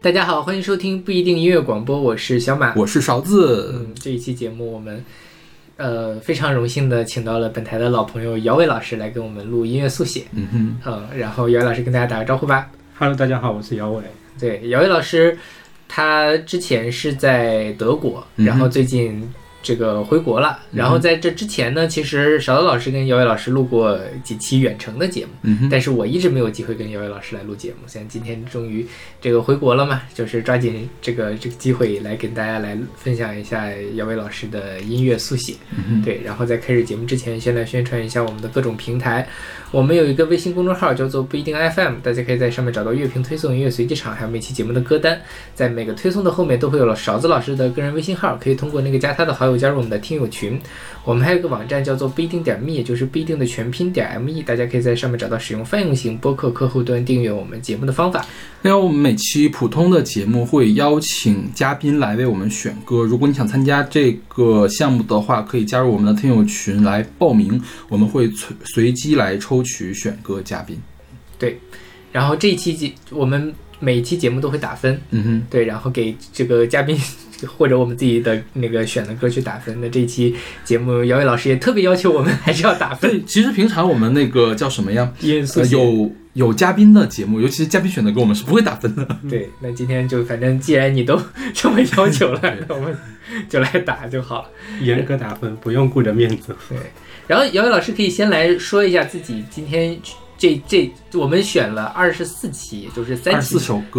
大家好，欢迎收听不一定音乐广播，我是小马， 我是勺子。 这一期节目我们非常荣幸的请到了本台的老朋友姚伟老师来跟我们录音乐速写。然后姚伟老师跟大家打个招呼吧。 Hello， 大家好，我是姚伟。 对，姚伟老师他之前是在德国，然后最近这个回国了，然后在这之前呢，其实勺子老师跟姚伟老师录过几期远程的节目，但是我一直没有机会跟姚伟老师来录节目，现在今天终于这个回国了嘛，就是抓紧这个机会来跟大家来分享一下姚伟老师的音乐速写。对，然后在开始节目之前，先来宣传一下我们的各种平台。我们有一个微信公众号叫做不一定 FM， 大家可以在上面找到乐评推送、音乐随机场，还有每期节目的歌单。在每个推送的后面都会有勺子老师的个人微信号，可以通过那个加他的好友加入我们的听友群。我们还有一个网站叫做不一定.me， 也就是不一定的全拼.me， 大家可以在上面找到使用泛用型播客客户端订阅我们节目的方法。 另外，我们每期普通的节目会邀请嘉宾来为我们选歌，如果你想参加这个项目的话，可以加入我们的听友群来报名，我们会随机来抽取选歌嘉宾。 对，然后这一期我们每一期节目都会打分，对，然后给这个嘉宾或者我们自己的那个选的歌去打分。那这一期节目，姚伟老师也特别要求我们还是要打分。 对，其实平常我们那个叫什么呀？有嘉宾的节目，尤其是嘉宾选的歌，我们是不会打分的。 对，那今天就反正既然你都这么要求了，那我们就来打就好了。 严格打分，不用顾着面子。 对，然后姚伟老师可以先来说一下自己今天这我们选了24期，也就是24首歌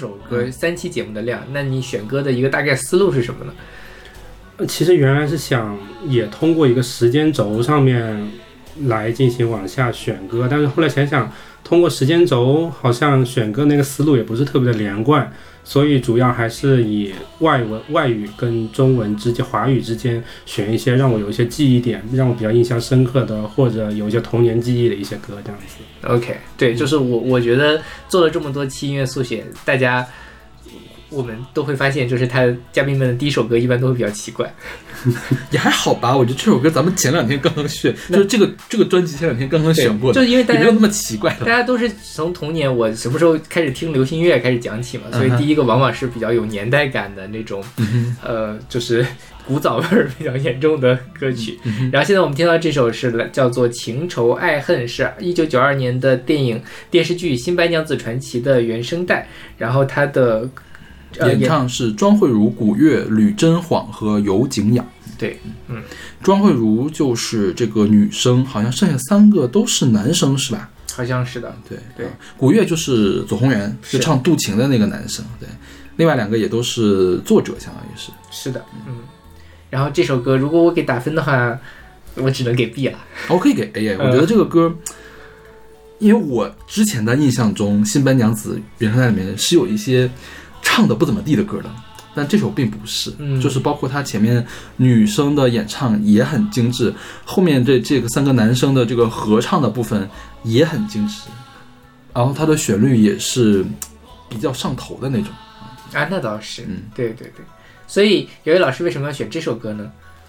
，3期节目的量。那你选歌的一个大概思路是什么呢？ 其实原来是想也通过一个时间轴上面来进行往下选歌，但是后来想想，通过时间轴好像选歌那个思路也不是特别的连贯，所以主要还是以外语跟中文之间、华语之间选一些让我有一些记忆点，让我比较印象深刻的，或者有一些童年记忆的一些歌，这样子。 OK， 对，就是我觉得做了这么多期音乐速写，我们都会发现，就是他嘉宾们的第一首歌一般都会比较奇怪。 也还好吧，我觉得这首歌咱们前2天刚刚选，就是这个专辑前2天刚刚选过的， 就因为大家也没有那么奇怪的。 大家都是从童年我什么时候开始听流行音乐开始讲起嘛，所以第一个往往是比较有年代感的那种，就是古早味儿比较严重的歌曲。然后现在我们听到这首是叫做《情仇爱恨》，是1992年的电视剧《新白娘子传奇》的原声带，然后它的演唱是庄慧茹、古月、吕真晃和尤景仰。 对， 庄慧茹就是这个女生，好像剩下3个都是男生是吧？ 好像是的。 对，古月就是左宏元，就唱《渡情》的那个男生。对，另外2个也都是作者，相当于是。 是的，然后这首歌如果我给打分的话，我只能给 B 了。 我可以给 A， 我觉得这个歌。因为我之前的印象中，《新白娘子》原声带里面是有一些唱的不怎么地的歌的，但这首并不是，就是包括他前面女生的演唱也很精致，后面这个3个男生的这个合唱的部分也很精致，然后他的旋律也是比较上头的那种啊，那倒是，对，所以姚伟老师为什么要选这首歌呢？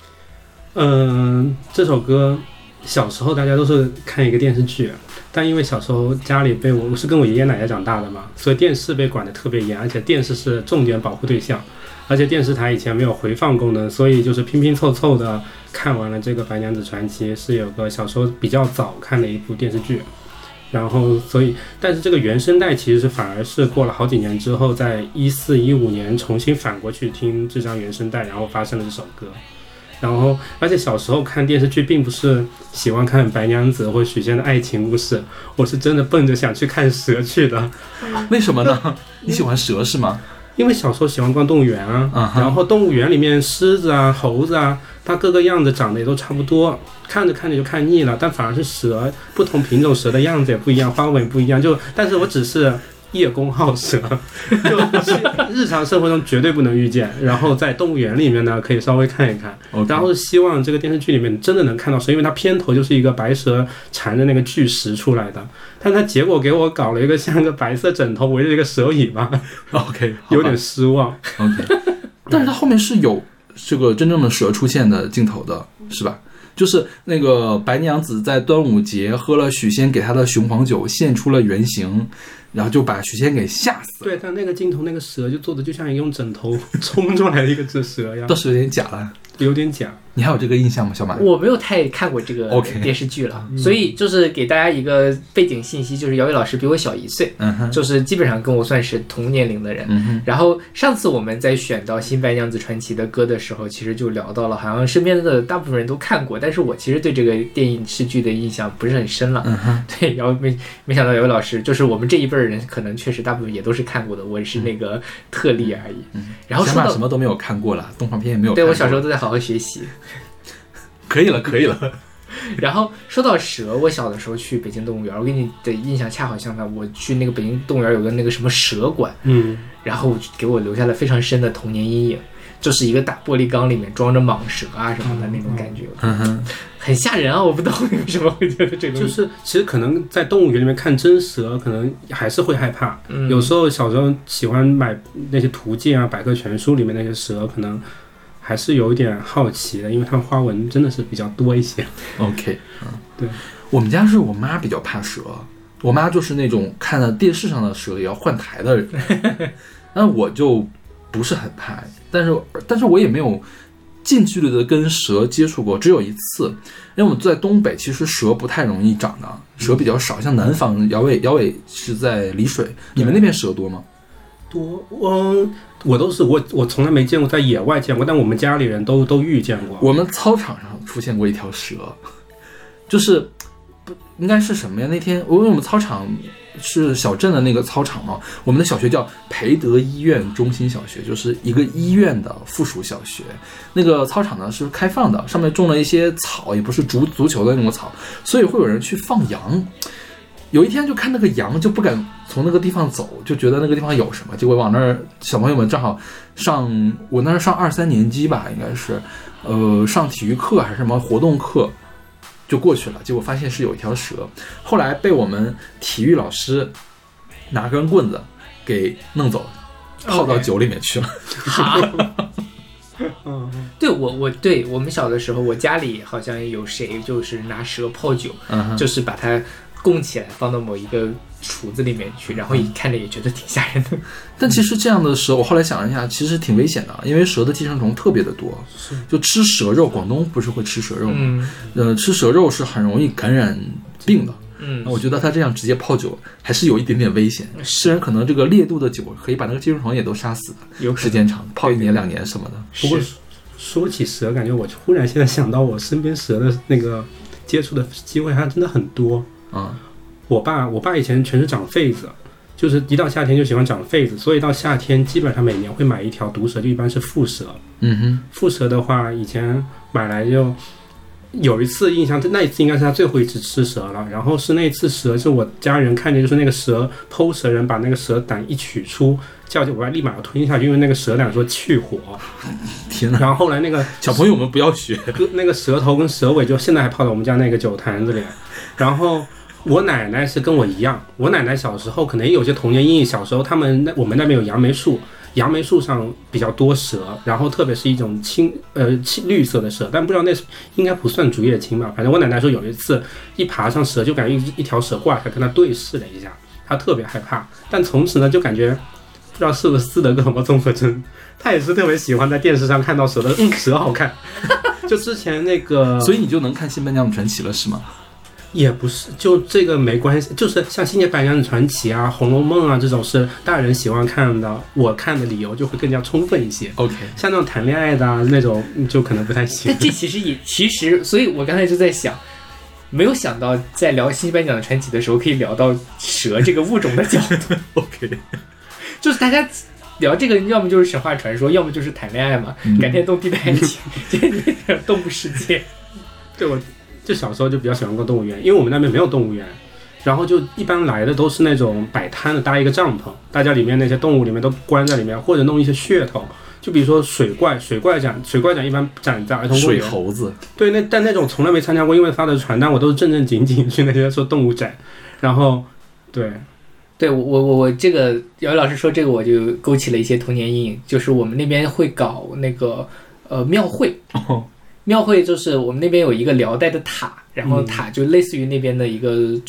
这首歌小时候大家都是看一个电视剧，但因为小时候家里我是跟我爷爷奶奶长大的嘛，所以电视被管得特别严，而且电视是重点保护对象，而且电视台以前没有回放功能，所以就是拼拼凑凑的看完了这个《白娘子传奇》，是有个小时候比较早看的一部电视剧。然后但是这个原声带其实是反而是过了好几年之后，在14、15年重新反过去听这张原声带，然后发生了这首歌。然后而且小时候看电视剧并不是喜欢看白娘子或许仙的爱情故事，我是真的奔着想去看蛇去的。 为什么呢？你喜欢蛇是吗？ 因为小时候喜欢逛动物园啊，然后动物园里面狮子啊、猴子啊，它各个样子长得也都差不多，看着看着就看腻了。但反而是蛇，不同品种蛇的样子也不一样，花纹也不一样。但是我只是叶公好蛇，就是日常生活中绝对不能遇见，然后在动物园里面呢可以稍微看一看，然后希望这个电视剧里面真的能看到蛇，因为它片头就是一个白蛇缠着那个巨石出来的，但它结果给我搞了一个像个白色枕头围着一个蛇尾巴 ，OK， 有点失望。 OK， 但是它后面是有这个真正的蛇出现的镜头的，是吧？就是那个白娘子在端午节喝了许仙给她的雄黄酒，现出了原形。 然后就把许仙给吓死了。 对，但那个镜头那个蛇就做的就像用枕头冲出来的一个这蛇呀， 倒是有点假了， 有点假。 你还有这个印象吗，小马？ 我没有太看过这个电视剧了，所以就是给大家一个背景信息，就是姚伟老师比我小1岁，就是基本上跟我算是同年龄的人。然后上次我们在选到《新白娘子传奇》的歌的时候，其实就聊到了，好像身边的大部分人都看过，但是我其实对这个电影视剧的印象不是很深了。对，然后没想到姚伟老师，就是我们这一辈人可能确实大部分也都是看过的，我是那个特例而已。然后说到什么都没有看过了，动画片也没有看过。 对，我小时候都在好好学习。 可以了。 然后说到蛇，我小的时候去北京动物园，我跟你的印象恰好相反。我去那个北京动物园有个那个什么蛇馆，然后给我留下了非常深的童年阴影，就是一个大玻璃缸里面装着蟒蛇啊什么的那种感觉，很吓人啊！我不懂为什么会觉得这个就是其实可能在动物园里面看真蛇，可能还是会害怕。有时候小时候喜欢买那些图鉴啊、百科全书里面那些蛇，可能还是有一点好奇的，因为它们花纹真的是比较多一些。 OK， 对， 我们家是我妈比较怕蛇，我妈就是那种看了电视上的蛇也要换台的人，但我就不是很怕，但是我也没有近距离的跟蛇接触过，只有一次，因为我们在东北，其实蛇不太容易长的，蛇比较少，像南方姚伟是在丽水，你们那边蛇多吗？ 多，我都是我从来没见过，在野外见过，但我们家里人都遇见过。 我们操场上出现过一条蛇，就是不应该是什么呀？那天因为我们操场是小镇的那个操场嘛，我们的小学叫培德医院中心小学，就是一个医院的附属小学。那个操场呢是开放的，上面种了一些草，也不是足球的那种草，所以会有人去放羊。有一天就看那个羊就不敢从那个地方走，就觉得那个地方有什么，结果往那儿，小朋友们正好我那儿上2、3年级吧，应该是上体育课还是什么活动课，就过去了，结果发现是有一条蛇，后来被我们体育老师拿根棍子给弄走，泡到酒里面去了。 对，我们小的时候，我家里好像有谁就是拿蛇泡酒，就是把它供起来放到某一个橱子里面去，然后一看着也觉得挺吓人的。 但其实这样的蛇，我后来想了一下，其实挺危险的，因为蛇的寄生虫特别的多，就吃蛇肉，广东不是会吃蛇肉吗？吃蛇肉是很容易感染病的。那我觉得他这样直接泡酒还是有一点点危险，虽然可能这个烈度的酒可以把那个寄生虫也都杀死的，有时间长，泡1年2年什么的。 不过说起蛇，感觉我忽然现在想到我身边蛇的那个接触的机会还真的很多。我爸以前全是长痱子，就是一到夏天就喜欢长痱子，所以到夏天基本上每年会买一条毒蛇，就一般是蝮蛇。蝮蛇的话，以前买来就有一次印象，那一次应该是他最后一次吃蛇了。然后是那次蛇是我家人看见，就是那个蛇剖蛇人把那个蛇胆一取出，叫我爸立马要吞下去，因为那个蛇胆说去火。 天哪！ 然后后来那个小朋友们不要学， 那个蛇头跟蛇尾就现在还泡在我们家那个酒坛子里。然后我奶奶是跟我一样，我奶奶小时候可能也有些童年阴影。小时候我们那边有杨梅树，杨梅树上比较多蛇，然后特别是一种绿色的蛇，但不知道那应该不算竹叶青吧。反正我奶奶说有一次一爬上蛇，就感觉一条蛇挂下来跟她对视了一下，她特别害怕。但从此呢，就感觉不知道是不是斯德哥尔摩综合征，她也是特别喜欢在电视上看到蛇的，蛇好看。就之前那个， 所以你就能看《新白娘子传奇》了是吗？ 也不是，就这个没关系，就是像《新白娘子传奇》啊、《红楼梦》啊这种是大人喜欢看的，我看的理由就会更加充分一些。 OK， 像那种谈恋爱的啊那种就可能不太行。 但这其实，所以我刚才就在想，没有想到在聊《新白娘子传奇》的时候可以聊到蛇这个物种的角度。 OK， 就是大家聊这个，要么就是神话传说，要么就是谈恋爱嘛，感天动地的爱情，这动物世界。 对，我就小时候就比较喜欢逛动物园，因为我们那边没有动物园，然后就一般来的都是那种摆摊的，搭一个帐篷，大家里面那些动物里面都关在里面，或者弄一些噱头，就比如说水怪展一般展在儿童公园。 水猴子。 对，但那种从来没参加过，因为发的传单我都是正正经经去那些说动物展，然后对我这个姚老师说这个我就勾起了一些童年阴影，就是我们那边会搞那个庙会。庙会就是我们那边有一个辽代的塔，然后塔就类似于那边的一个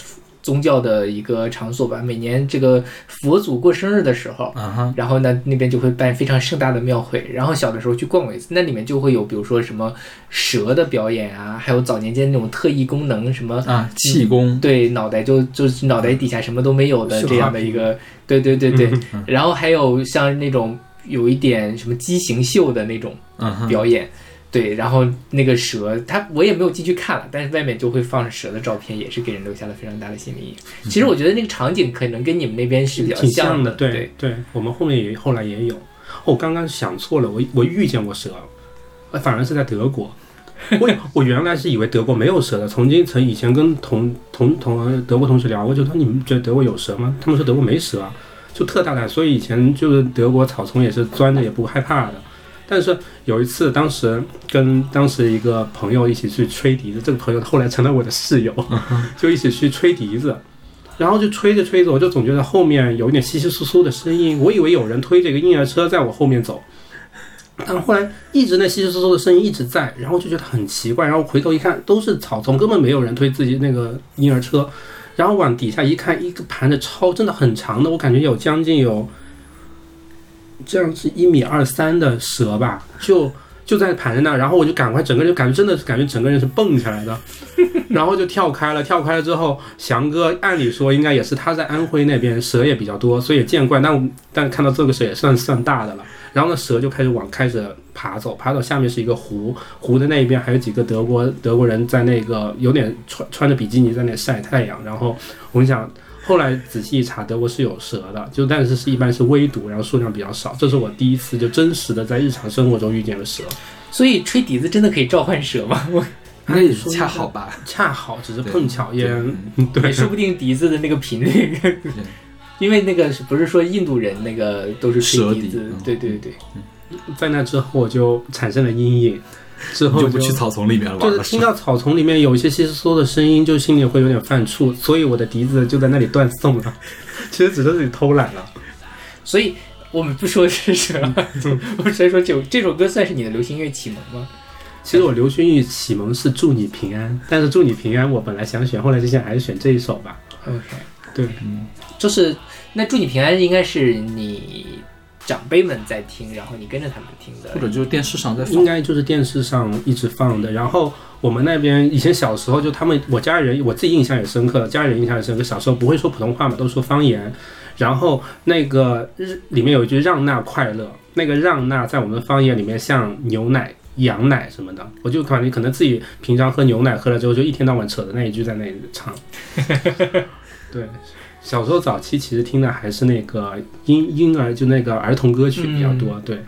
宗教的一个场所吧。每年这个佛祖过生日的时候，然后呢那边就会办非常盛大的庙会。然后小的时候去逛过一次，那里面就会有比如说什么蛇的表演啊，还有早年间那种特异功能什么气功， 对，脑袋就是脑袋底下什么都没有的这样的一个，对，然后还有像那种有一点什么畸形秀的那种表演。对，然后那个蛇，我也没有进去看了，但是外面就会放着蛇的照片，也是给人留下了非常大的心理阴影。其实我觉得那个场景可能跟你们那边是比较像的， 对，我们后来也有。我刚刚想错了，我遇见过蛇，反而是在德国。我原来是以为德国没有蛇的，以前跟同德国同学聊过，就说你们觉得德国有蛇吗？他们说德国没蛇啊，就特大胆，所以以前就是德国草丛也是钻着也不害怕的。但是有一次，当时跟一个朋友一起去吹笛子，这个朋友后来成了我的室友，就一起去吹笛子，然后就吹着吹着，我就总觉得后面有一点稀稀疏疏的声音，我以为有人推着一个婴儿车在我后面走，但后来一直那稀稀疏疏的声音一直在，然后就觉得很奇怪，然后回头一看都是草丛，根本没有人推自己那个婴儿车，然后往底下一看，一个盘着真的很长的，我感觉有将近有这样是1.23米的蛇吧，就在盘着那，然后我就赶快整个人感觉整个人是蹦起来的，然后就跳开了之后，翔哥按理说应该也是他在安徽那边蛇也比较多，所以也见怪，但看到这个蛇也算大的了。然后呢，蛇就开始爬走下面是一个湖的那一边还有几个德国人在那个有点穿着比基尼在那晒太阳，然后我想。后来仔细一查，德国是有蛇的，但是一般是微毒，然后数量比较少。这是我第一次就真实的在日常生活中遇见了蛇。 所以吹笛子真的可以召唤蛇吗？ 应该也是恰好吧， 恰好只是碰巧也对，说不定笛子的那个频率，因为那个不是说印度人那个都是吹笛子，对， 在那之后我就产生了阴影。之后就不去草丛里面了， 就是听到草丛里面有一些稀稀疏疏的声音，就心里会有点犯怵，所以我的笛子就在那里断送了。其实只是自己偷懒了。 所以我们不说是什么，我们先说这首歌算是你的流行乐启蒙吗？ 其实我流行乐启蒙是祝你平安，但是祝你平安我本来想选，后来就想还是选这一首吧。 OK， 对， 就是那祝你平安应该是你长辈们在听，然后你跟着他们听的， 或者就是电视上在放， 应该就是电视上一直放的。然后我们那边以前小时候就我家人，我自己印象也深刻，家人印象也深刻。小时候不会说普通话嘛，都说方言。然后那个里面有一句让那快乐，那个让那在我们方言里面像牛奶、羊奶什么的，我就感觉可能自己平常喝牛奶喝了之后，就一天到晚扯的那一句在那里唱。对。小时候早期其实听的还是那个婴儿，就那个儿童歌曲比较多，对。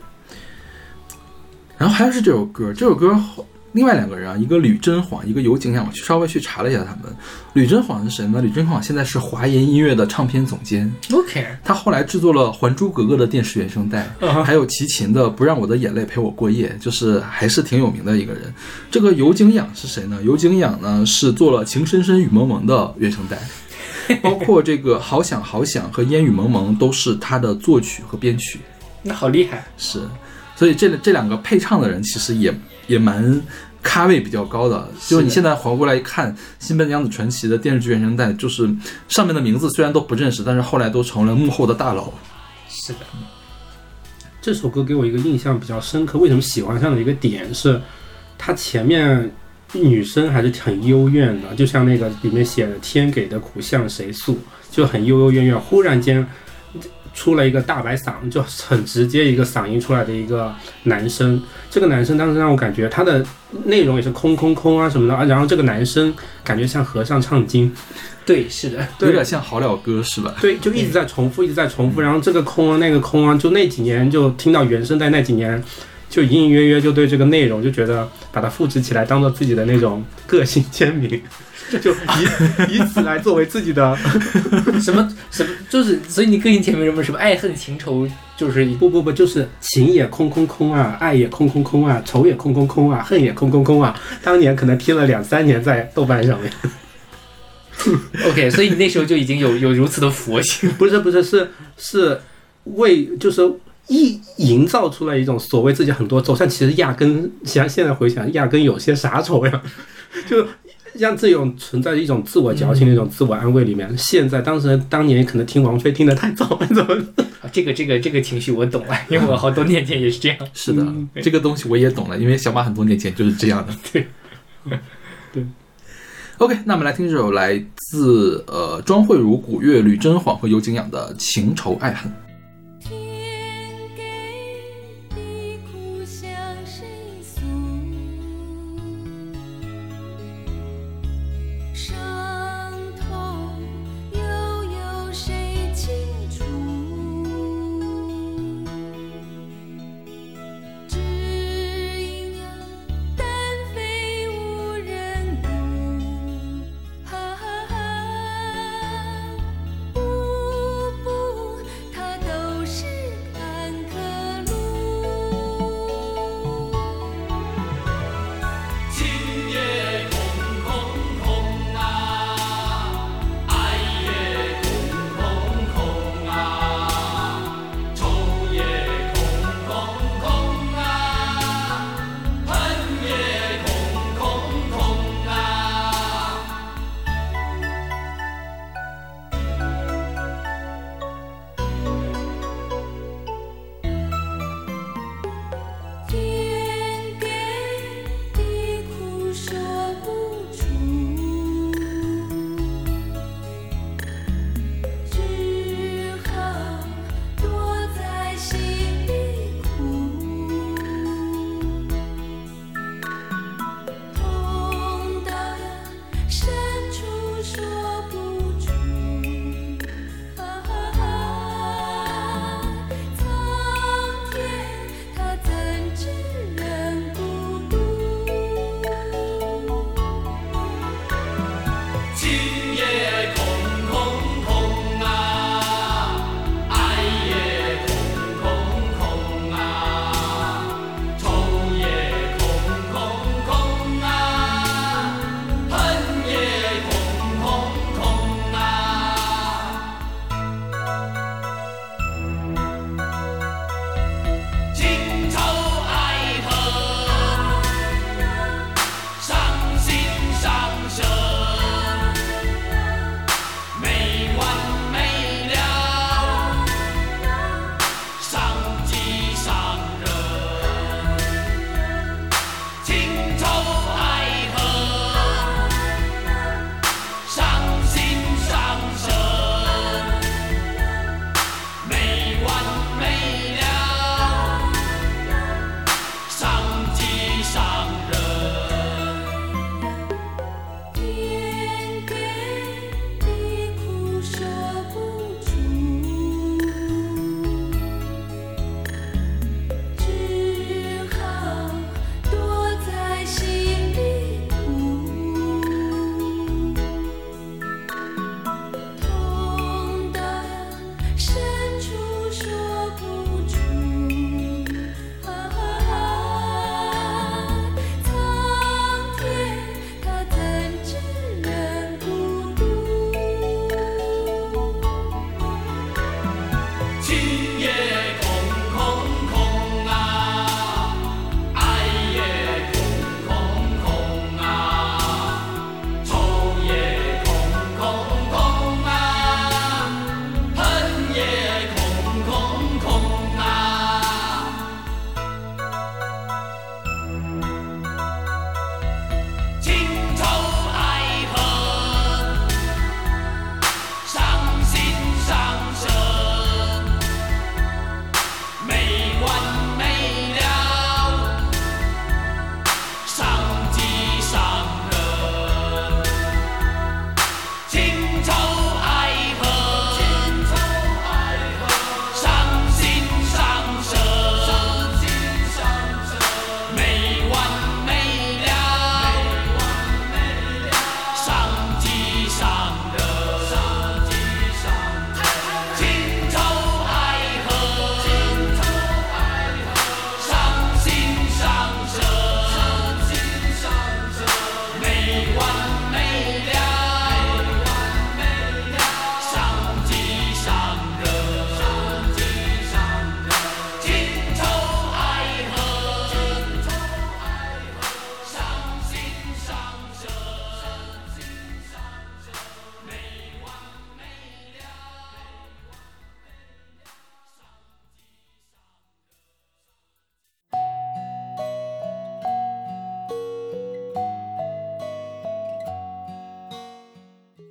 然后还是这首歌另外两个人啊，一个吕真晃，一个尤景仰，我稍微去查了一下他们。吕真晃是谁呢？吕真晃现在是华研音乐的唱片总监。 OK， 他后来制作了《还珠格格》的电视原声带，还有齐秦的《不让我的眼泪陪我过夜》，就是还是挺有名的一个人。这个尤景仰是谁呢？尤景仰呢是做了《情深深雨蒙蒙》的原声带。包括这个好想好想和烟雨蒙蒙都是他的作曲和编曲。 那好厉害。 是，所以这两个配唱的人其实也蛮咖位比较高的。就是你现在回过来一看《新白娘子传奇》的电视剧原声带，就是上面的名字虽然都不认识，但是后来都成了幕后的大佬。 是的。 这首歌给我一个印象比较深刻，为什么喜欢上的一个点是它前面女生还是很幽怨的，就像那个里面写的天给的苦向谁诉，就很幽幽怨怨，忽然间出了一个大白嗓，就很直接一个嗓音出来的一个男生。这个男生当时让我感觉他的内容也是空空空啊什么的，然后这个男生感觉像和尚唱经。 对，是的， 有点像好了歌是吧？ 对，就一直在重复然后这个空啊那个空啊，就那几年就听到原声带那几年就隐隐约约就对这个内容就觉得把它复制起来当做自己的那种个性签名，就以此来作为自己的什么就是，所以你个性签名什么爱恨情仇，就是不就是情也空空空啊，爱也空空空啊，仇也空空空啊，恨也空空空啊。当年可能贴了2-3年在豆瓣上面。 OK， 所以你那时候就已经有如此的佛性。 不是是为就是营造出来一种所谓自己很多走向，其实压根现在回想压根有些傻丑呀，就让这种存在一种自我矫情的一种自我安慰里面。现在当年可能听王菲听得太早了，怎么？ 这个情绪我懂了，因为我好多年前也是这样。 是的，这个东西我也懂了，因为小马很多年前就是这样的。 对，对。 OK， 那我们来听这首来自庄慧茹、古月、吕珍晃和尤景仰的《情仇爱恨》。 他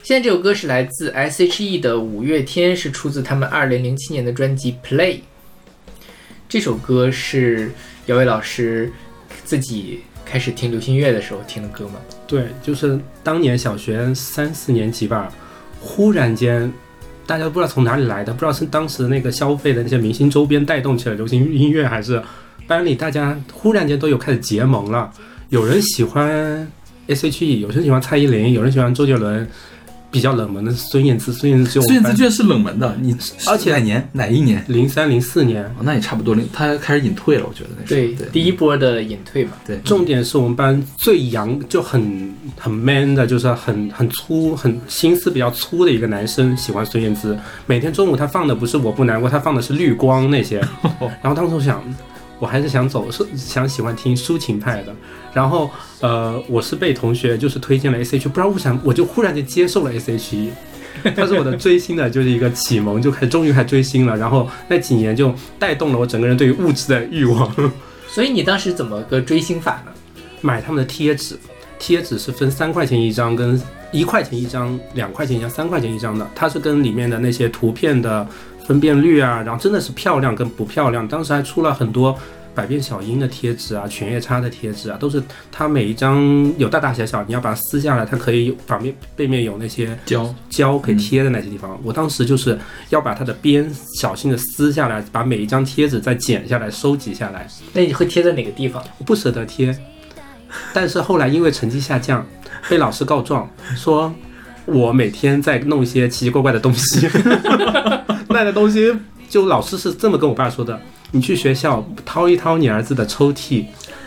现在这首歌是来自 S.H.E 的五月天，是出自他们2007年的专辑 Play。 这首歌是姚伟老师自己开始听流行乐的时候听的歌吗？ 对，就是当年小学3、4年级吧，忽然间大家都不知道从哪里来的，不知道是当时那个消费的那些明星周边带动起了流行音乐，还是班里大家忽然间都有开始结盟了，有人喜欢 S.H.E， 有人喜欢蔡依林，有人喜欢周杰伦，比较冷门的孙燕姿，孙燕姿居然是冷门的，你而且哪一年 ？03、04年， 那也差不多，他开始隐退了，我觉得那对第一波的隐退嘛。 对，重点是我们班最洋就很 man 的，就是很粗、很心思比较粗的一个男生喜欢孙燕姿。每天中午他放的不是我不难过，他放的是绿光那些。然后当时我想，我还是想喜欢听抒情派的。然后我是被同学就是推荐了 S.H.E， 不知道为啥我就忽然间接受了 S.H.E， 它是我的追星的就是一个启蒙，就终于开始追星了。然后那几年就带动了我整个人对于物质的欲望。 所以你当时怎么个追星法呢？ 买他们的贴纸，贴纸是分3块钱一张跟1块钱一张、2块钱一张、3块钱一张的，它是跟里面的那些图片的分辨率啊，然后真的是漂亮跟不漂亮。当时还出了很多百变小樱的贴纸啊，犬夜叉的贴纸啊，都是它每一张有大大小小，你要把它撕下来，它可以有背面有那些胶可以贴的那些地方。我当时就是要把它的边小心的撕下来，把每一张贴纸再剪下来收集下来。 那你会贴在哪个地方？ 我不舍得贴，但是后来因为成绩下降，被老师告状说我每天在弄一些奇奇怪怪的东西。那个东西就老师是这么跟我爸说的，你去学校掏一掏你儿子的抽屉。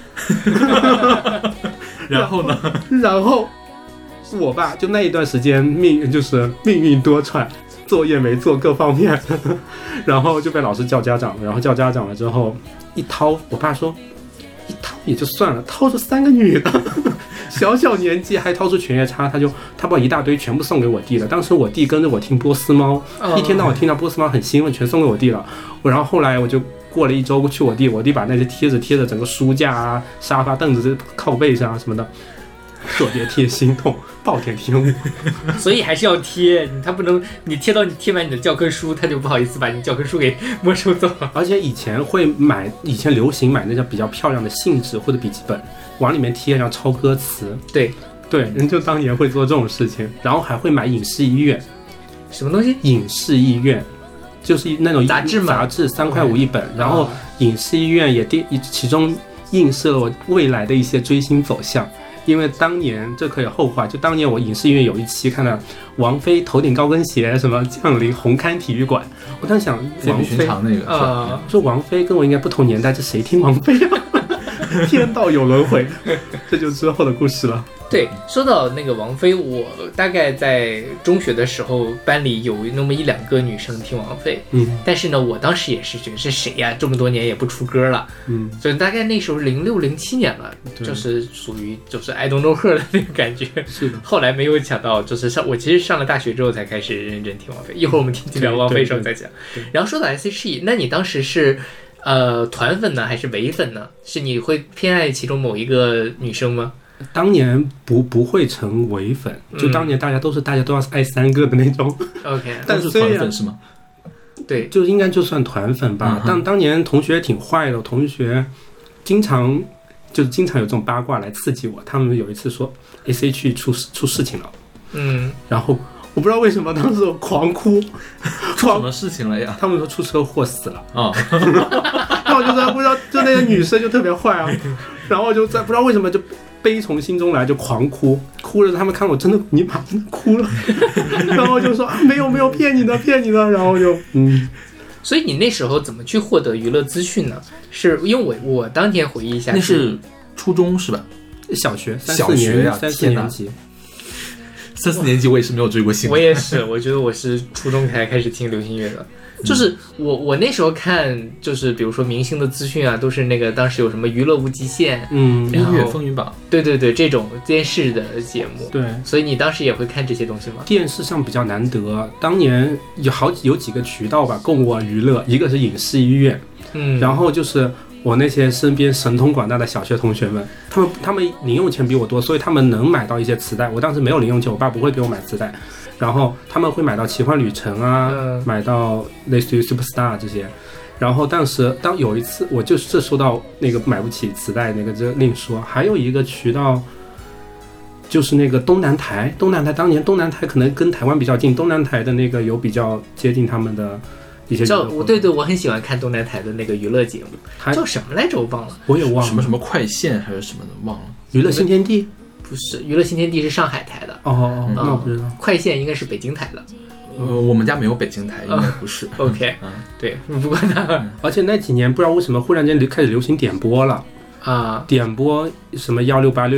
然后呢？ 然后我爸就那一段时间命运多舛，作业没做各方面。然后就被老师叫家长，然后叫家长了之后一掏，我爸说一掏也就算了，掏出3个女的。小年纪还掏出犬夜叉，他把一大堆全部送给我弟了。当时我弟跟着我听波斯猫，一天到晚听到波斯猫很兴奋，全送给我弟了。然后后来我就过了1周去我弟把那些贴纸贴着整个书架啊、沙发凳子靠背上啊什么的，特别贴心痛，暴殄天物。 所以还是要贴，他不能你贴满你的教科书，他就不好意思把你教科书给没收走。 而且以前流行买那种比较漂亮的信纸或者笔记本，往里面贴上抄歌词。 对， 人就当年会做这种事情。然后还会买影视医院。 什么东西？ 影视医院就是那种杂志嘛 ，3块5一本。然后影视医院也其中映射了我未来的一些追星走向。因为当年这可以后话，就当年我影视医院有一期看到王菲头顶高跟鞋什么降临红磡体育馆，我当时想王菲那个说王菲跟我应该不同年代，这谁听王菲啊？天道有轮回，这就之后的故事了。 对，说到那个王菲，我大概在中学的时候，班里有那么1、2个女生听王菲，但是呢，我当时也是觉得是谁呀？这么多年也不出歌了，所以大概那时候06、07年了，就是属于I don't know her 的那个感觉。 是的。 后来没有想到，我其实上了大学之后才开始认真听王菲。一会儿我们聊王菲的时候再讲。然后说到 S.H.E， 那你当时是团粉呢，还是唯粉呢？是你会偏爱其中某一个女生吗？ 当年不会成唯粉，就当年大家都要爱3个的那种。 OK， 但是团粉是吗？ 对， 就应该就算团粉吧。但当年同学挺坏的，同学经常有这种八卦来刺激我。他们有一次说 S.H.E 出事情了，然后我不知道为什么当时我狂哭。 出什么事情了呀？ 他们说出车祸死了啊。然后我就不知道，就那个女生就特别坏啊。然后就在不知道为什么就悲从心中来，就狂哭着，他们看我真的尼玛真的哭了。然后就说没有骗你的，然后就所以你那时候怎么去获得娱乐资讯呢？是因为我当天回忆一下， 那是初中是吧？ 小学 3、4 年级。 3、4年级我也是没有追过星。 我也是，我觉得我是初中才开始听流行乐的。就是我那时候看，就是比如说明星的资讯啊，都是那个当时有什么娱乐无极限， 音乐风云榜， 对，这种电视的节目。 对， 所以你当时也会看这些东西吗？ 电视上比较难得，当年有几个渠道吧供我娱乐，一个是影视医院，然后就是我那些身边神通广大的小学同学们，他们零用钱比我多，所以他们能买到一些磁带。我当时没有零用钱，我爸不会给我买磁带，然后他们会买到奇幻旅程啊，买到类似于 Superstar 这些。然后当有一次我就是收到那个买不起磁带那个就另说，还有一个渠道就是那个东南台，当年东南台可能跟台湾比较近，东南台的那个有比较接近他们的一些对，我很喜欢看东南台的那个娱乐节目，叫什么来着我忘了， 我也忘了， 什么快线还是什么的忘了。 娱乐新天地不是，娱乐新天地是上海台的。 那我不知道。 快线应该是北京台的。 我们家没有北京台，应该不是。 OK，对，不过呢， 而且那几年不知道为什么忽然间开始流行点播了啊， 点播什么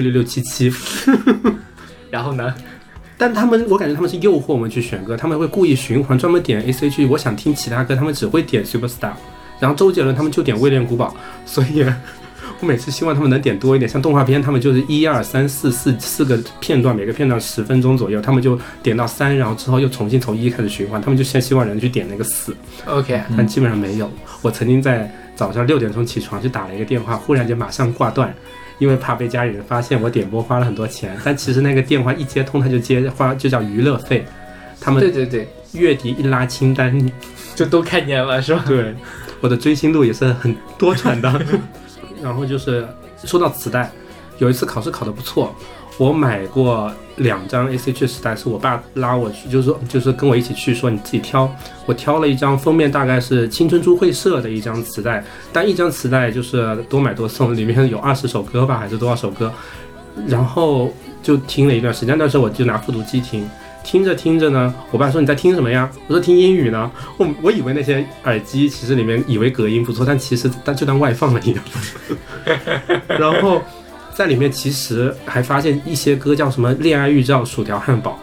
168、666、77， 然后呢？ 但我感觉他们是诱惑我们去选歌，他们会故意循环，专门点 S.H.E。我想听其他歌，他们只会点 Superstar， 然后周杰伦他们就点威廉古堡，所以我每次希望他们能点多一点，像动画片他们就是1、2、3、4个片段，每个片段10分钟左右，他们就点到3，然后之后又重新从1开始循环，他们就先希望人去点那个4。 OK， 但基本上没有。我曾经在早上6点钟起床去打了一个电话，忽然间马上挂断，因为怕被家里人发现我点播花了很多钱，但其实那个电话一接通他就花就叫娱乐费，他们对月底一拉清单就都看见了是吧？ 对，我的追星路也是很多舛的。然后就是说到磁带，有一次考试考得不错，我买过2张 S.H.E 磁带，是我爸拉我去，就是跟我一起去说你自己挑。我挑了一张封面大概是青春猪会社的一张磁带，但一张磁带就是多买多送，里面有20首歌吧，还是多少首歌，然后就听了一段时间，那时候我就拿复读机听。听着呢，我爸说你在听什么呀？我说听英语呢。我以为那些耳机其实里面以为隔音不错，但其实就当外放了一样。然后在里面其实还发现一些歌叫什么恋爱预兆、薯条汉堡。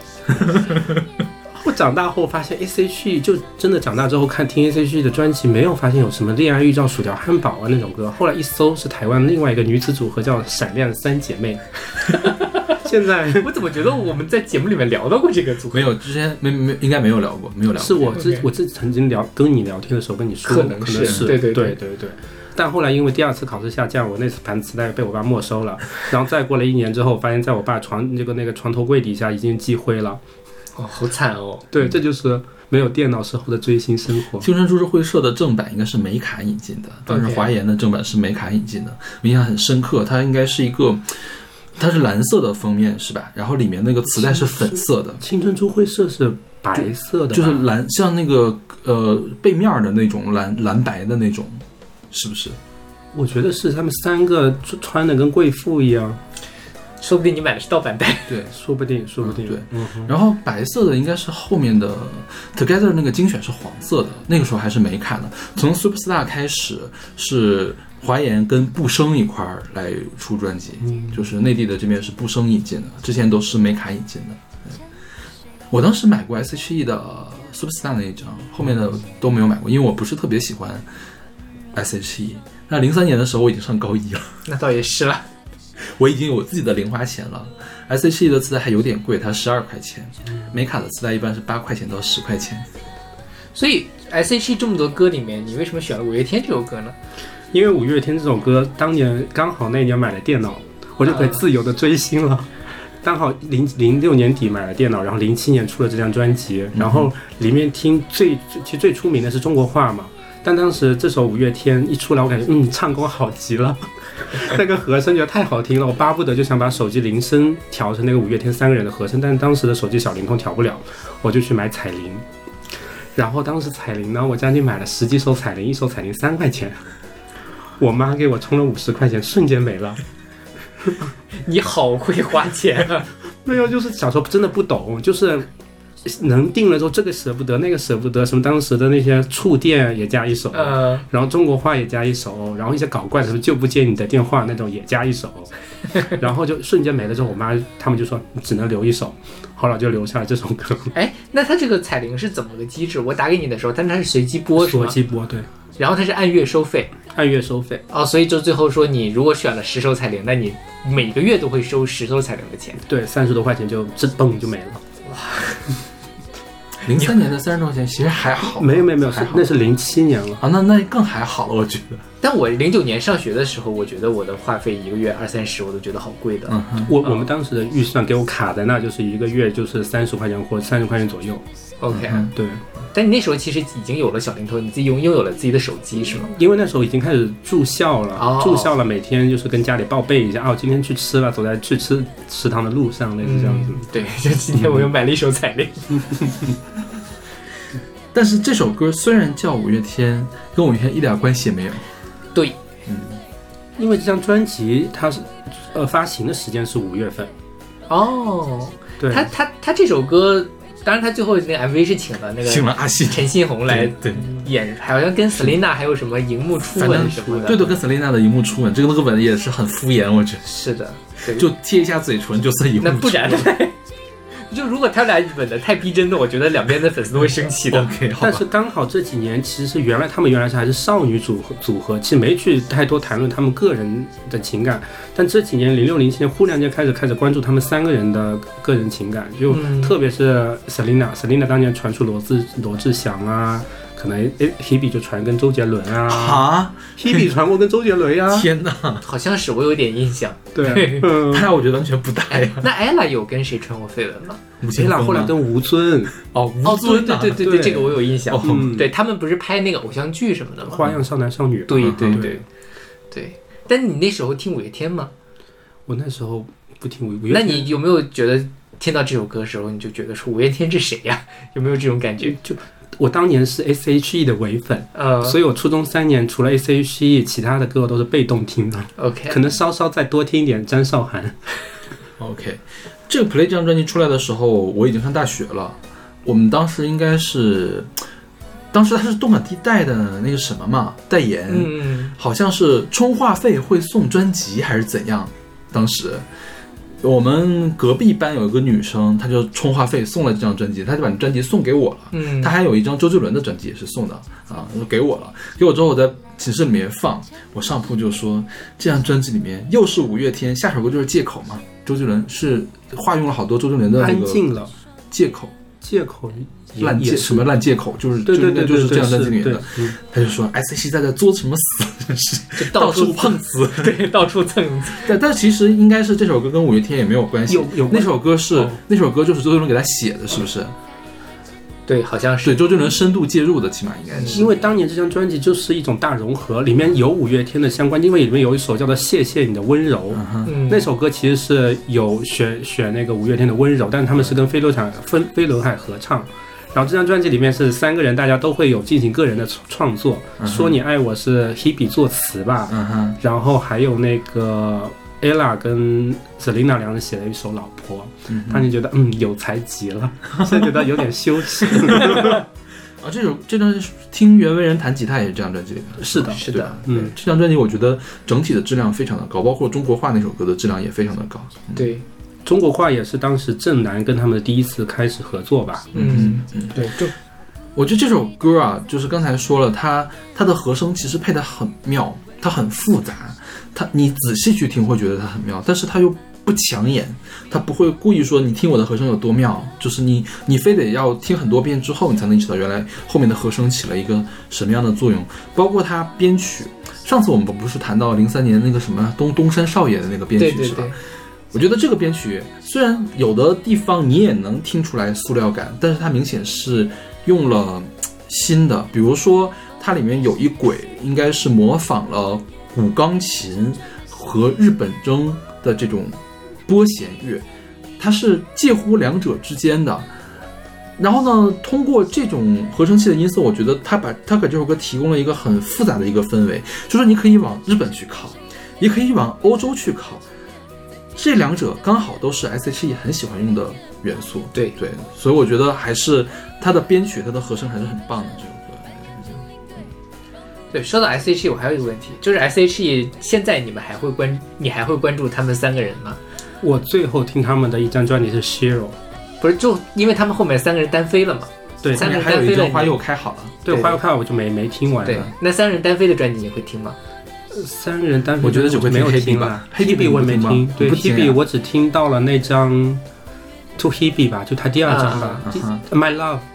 我长大后发现 S.H.E 就真的长大之后听 S.H.E 的专辑，没有发现有什么恋爱预兆、薯条汉堡啊那种歌。后来一搜是台湾另外一个女子组合叫闪亮3姐妹。现在我怎么觉得我们在节目里面聊到过这个组合？ 没有，之前没应该没有聊过，没有聊过。 是我曾经跟你聊天的时候跟你说， 可能是对。 但后来因为第2次考试下降，我那次盘磁带被我爸没收了。然后再过了1年之后，发现在我爸那个床头柜底下已经积灰了。 哦，好惨哦。 对，这就是没有电脑时候的追星生活。 青春株式会社的正版应该是美卡引进的，当时华研的正版是美卡引进的，我印象很深刻。它应该是它是蓝色的封面是吧？然后里面那个磁带是粉色的。 青春株会社是白色的， 就是蓝，像那个背面的那种蓝白的那种，是不是？ 我觉得是他们3个穿的跟贵妇一样。 说不定你买的是盗版带。 对， 说不定。 对，然后白色的应该是后面的 Together 那个精选是黄色的，那个时候还是美卡的。从 Superstar 开始是华研跟布生一块儿来出专辑，就是内地的这边是布生引进的，之前都是美卡引进的。我当时买过 S.H.E 的 Superstar 那一张，后面的都没有买过，因为我不是特别喜欢 S.H.E。那03年的时候我已经上高1了， 那倒也是了。 我已经有自己的零花钱了。S.H.E 的磁带还有点贵，它12块钱，美卡的磁带一般是8块钱到10块钱。 所以 S.H.E 这么多歌里面，你为什么选了五月天这首歌呢？ 因为五月天这首歌当年刚好那年买了电脑，我就可以自由的追星了。刚好06年底买了电脑，然后07年出了这张专辑，然后里面听其实最出名的是中国话嘛。但当时这首五月天一出来，我感觉唱功好极了，那个和声觉得太好听了，我巴不得就想把手机铃声调成那个五月天3个人的和声，但是当时的手机小灵通调不了，我就去买彩铃。然后当时彩铃呢，我将近买了10几首彩铃，一首彩铃3块钱，我妈给我充了50块钱，瞬间没了。 你好会花钱啊！ 没有，就是小时候真的不懂，就是能定了之后，这个舍不得，那个舍不得，什么当时的那些触电也加一首，然后中国话也加一首，然后一些搞怪什么就不接你的电话那种也加一首，然后就瞬间没了之后，我妈他们就说你只能留一首，后来就留下了这首歌。 哎，那它这个彩铃是怎么个机制？我打给你的时候，但它是随机播是吗？ 随机播，对。 然后它是按月收费，哦，所以就最后说你如果选了10首彩铃，那你每个月都会收10首彩铃的钱。 对，30多块钱就这嘣就没了。哇 ！03年的30多块钱其实还好， 没有，那是07年了啊，那更还好了，我觉得。 但我09年上学的时候，我觉得我的话费1个月20-30我都觉得好贵的。 我们当时的预算给我卡在那，就是1个月就是30块钱或者30块钱左右。 OK， 对。 但你那时候其实已经有了小灵通，你自己拥有了自己的手机是吗？ 因为那时候已经开始住校了，住校了，每天就是跟家里报备一下，今天去吃了，走在去吃食堂的路上，类似这样子。 对，就今天我又买了一首彩铃。 但是这首歌虽然叫五月天，跟五月天一点关系也没有。 对， 因为这张专辑它是发行的时间是5月份。 哦， 对， 他这首歌。当然，他最后那个 MV 是请了阿信、 陈信宏来演，好像跟 Selina 还有什么荧幕初吻什么的。 对，跟 Selina 的荧幕初吻，这个那个吻也是很敷衍，我觉得。 是的， 就贴一下嘴唇就算荧幕初吻。 那不然呢？就如果他俩吻的太逼真的，我觉得两边的粉丝都会生气的。 OK， 但是刚好这几年其实他们原来还是少女组合，其实没去太多谈论他们个人的情感。但这几年06、07年忽然间开始关注他们3个人的个人情感，就特别是 Selina 当年传出罗志祥啊。可能Hebe 就传跟周杰伦啊，Hebe 传过跟周杰伦啊， 天哪， 好像是我有点印象。 对， 他俩我觉得完全不带呀。 那 Ella 有跟谁传过绯闻吗 ？Ella 后来跟吴尊。 吴尊， 对，这个我有印象。对，他们不是拍那个偶像剧什么的吗？ 花样少男少女。 对。但你那时候听五月天吗？ 我那时候不听五月天。 那你有没有觉得听到这首歌的时候，你就觉得说五月天这谁呀？有没有这种感觉？ 就。我当年是 S.H.E 的伪粉，所以我初中3年除了 S.H.E 其他的歌我都是被动听的。 OK， 可能稍稍再多听一点张韶涵。 OK， 这个 Play 这张专辑出来的时候，我已经上大学了。我们当时应该是，当时他是动感地带的那个什么嘛代言，好像是充话费会送专辑还是怎样，当时。我们隔壁班有一个女生，她就充话费送了这张专辑，她就把专辑送给我了。她还有一张周杰伦的专辑也是送的啊，给我了。给我之后我在寝室里面放，我上铺就说这张专辑里面又是五月天，下首歌就是借口嘛。周杰伦是化用了好多周杰伦的那个安静了借口烂借口，就是对， 就是这样专辑里面的。他就说 S.H.E 在这作什么死，真是就到处碰瓷， 对，到处蹭。 但其实应该是这首歌跟五月天也没有关系， 有那首歌就是周杰伦给他写的，是不是？ 对，好像是对周杰伦深度介入的，起码应该是。 因为当年这张专辑就是一种大融合，里面有五月天的相关，因为里面有一首叫做《谢谢你的温柔》，那首歌其实是有选那个五月天的温柔，但是他们是跟飞轮海合唱。然后这张专辑里面是3个人，大家都会有进行个人的创作。说你爱我是 Hebe 作词吧，然后还有那个 Ella 跟 Selina 两人写了一首《老婆》，他就觉得有才极了，所以觉得有点羞耻。 这张听袁惟仁弹吉他也是这张专辑里面。 是的， 这张专辑我觉得整体的质量非常的高，包括中国话那首歌的质量也非常的高。 对。 中国话也是当时郑楠跟他们的第一次开始合作吧。 对，我觉得这首歌啊，就是刚才说了，它的和声其实配得很妙，它很复杂，你仔细去听会觉得它很妙，但是它又不抢眼，它不会故意说你听我的和声有多妙，就是你非得要听很多遍之后，你才能意识到原来后面的和声起了一个什么样的作用，包括它编曲。上次我们不是谈到03年那个什么东山少爷的那个编曲是吧？我觉得这个编曲虽然有的地方你也能听出来塑料感，但是它明显是用了新的，比如说它里面有一轨应该是模仿了古钢琴和日本筝的这种拨弦乐，它是介乎两者之间的。然后呢，通过这种合成器的音色，我觉得它给这首歌提供了一个很复杂的一个氛围，就是你可以往日本去靠，也可以往欧洲去靠。这两者刚好都是 S.H.E 很喜欢用的元素， 对， 所以我觉得还是它的编曲、它的和声还是很棒的这首歌。 对，说到 S.H.E 我还有一个问题，就是 S.H.E 现在你还会关注他们3个人吗？ 我最后听他们的一张专辑是 Shiro， 不是就因为他们后面3个人单飞了嘛？ 对 ，3个人单飞了，还有一张花又开好了。 对，花又开好我就没听完了。 对，那3人单飞的专辑你会听吗 ？3个人单飞， 我觉得只会没有听了。Hebe 我也没听，对 Hebe 我只听到了那张 To Hebe 吧，就他第2张吧，My Love。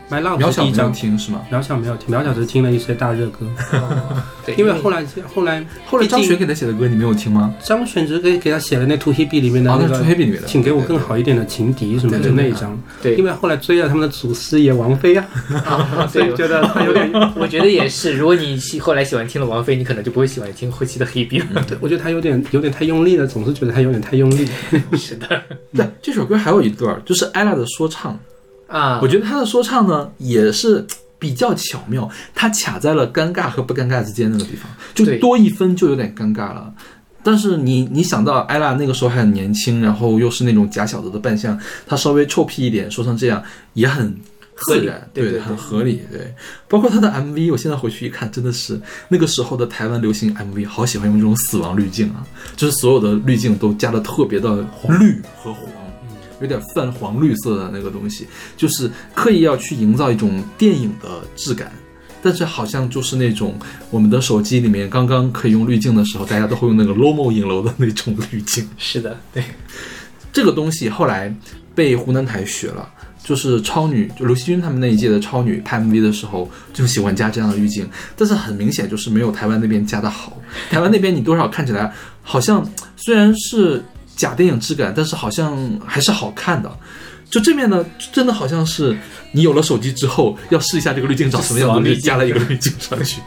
My Love 渺小没有是第一张， 听是吗？ 渺小没有听，渺小只听了一些大热歌。 对， 因为后来张悬给他写的歌你没有听吗？ 张悬只给他写了那 To Hebe 里面的那个 To Hebe 里面的， 请给我更好一点的情敌什么的那一张。 对， 因为后来追了他们的祖师爷王菲啊，所以觉得他有点， 我觉得也是。如果你后来喜欢听了王菲，你可能就不会喜欢听后期的 Hebe 了。 对，我觉得他有点太用力了，总是觉得他有点太用力。 是的， 对，这首歌还有一段就是 ella 的说唱啊， 我觉得他的说唱呢也是比较巧妙，他卡在了尴尬和不尴尬之间那个地方，就多一分就有点尴尬了。但是你想到艾拉那个时候还很年轻，然后又是那种假小子的扮相，他稍微臭屁一点说成这样也很自然，对，很合理，对。包括他的 MV， 我现在回去一看，真的是那个时候的台湾流行 MV， 好喜欢用这种死亡滤镜啊，就是所有的滤镜都加的特别的绿和黄。有点泛黄绿色的那个东西，就是刻意要去营造一种电影的质感，但是好像就是那种我们的手机里面刚刚可以用滤镜的时候，大家都会用那个 Lomo 影楼的那种滤镜。 是的，对， 这个东西后来被湖南台学了，就是超女，就刘惜君他们那一届的超女拍 MV 的时候，就喜欢加这样的滤镜，但是很明显就是没有台湾那边加的好。台湾那边你多少看起来好像虽然是假电影质感，但是好像还是好看的。就这面呢，真的好像是你有了手机之后，要试一下这个滤镜长什么样子，就加了一个滤镜上去。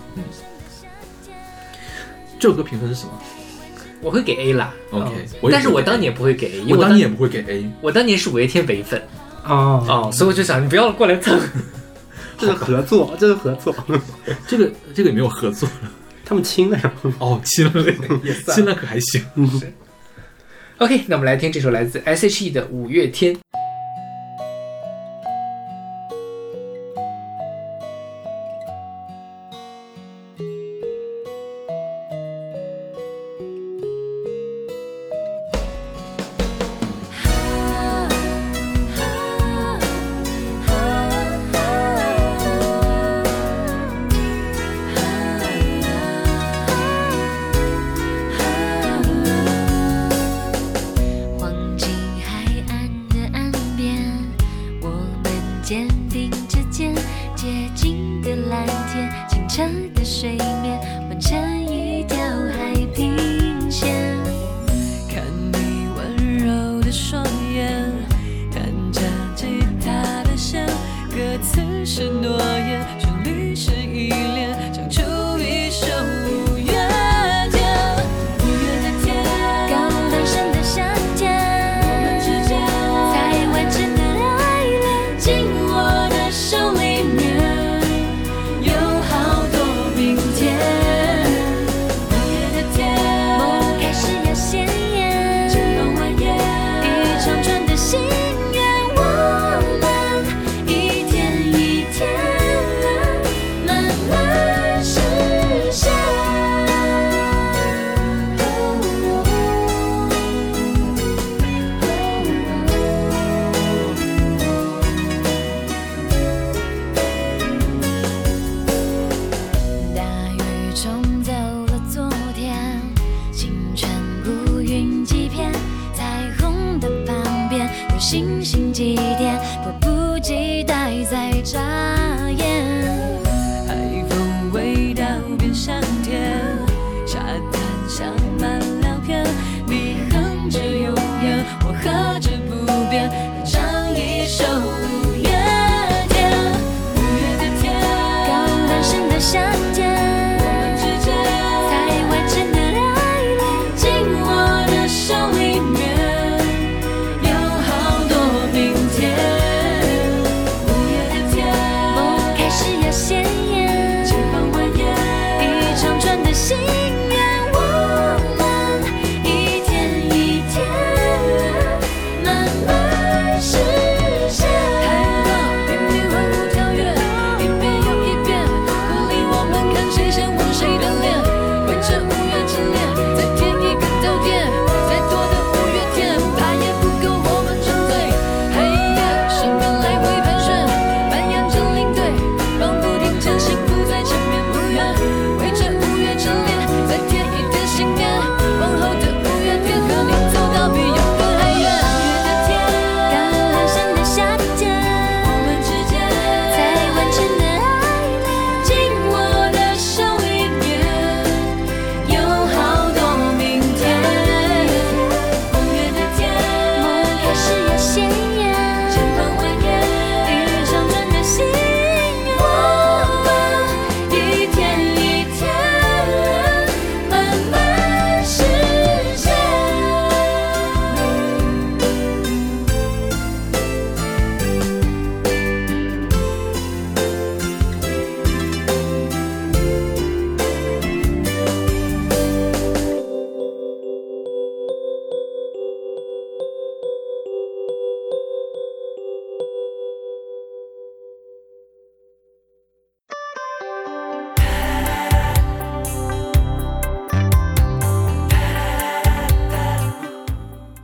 这首歌评分是什么？ 我会给 A 啦。 OK， 但是我当年不会给 A， 我当年也不会给 A。 我当年是五月天唯粉。 哦， 所以我就想，你不要过来蹭。 这是合作，这是合作。 这个也没有合作， 他们亲了呀。 哦，亲了，亲了可还行。 OK， 那我们来听这首来自 S.H.E 的《五月天》。 手里面有好多明天。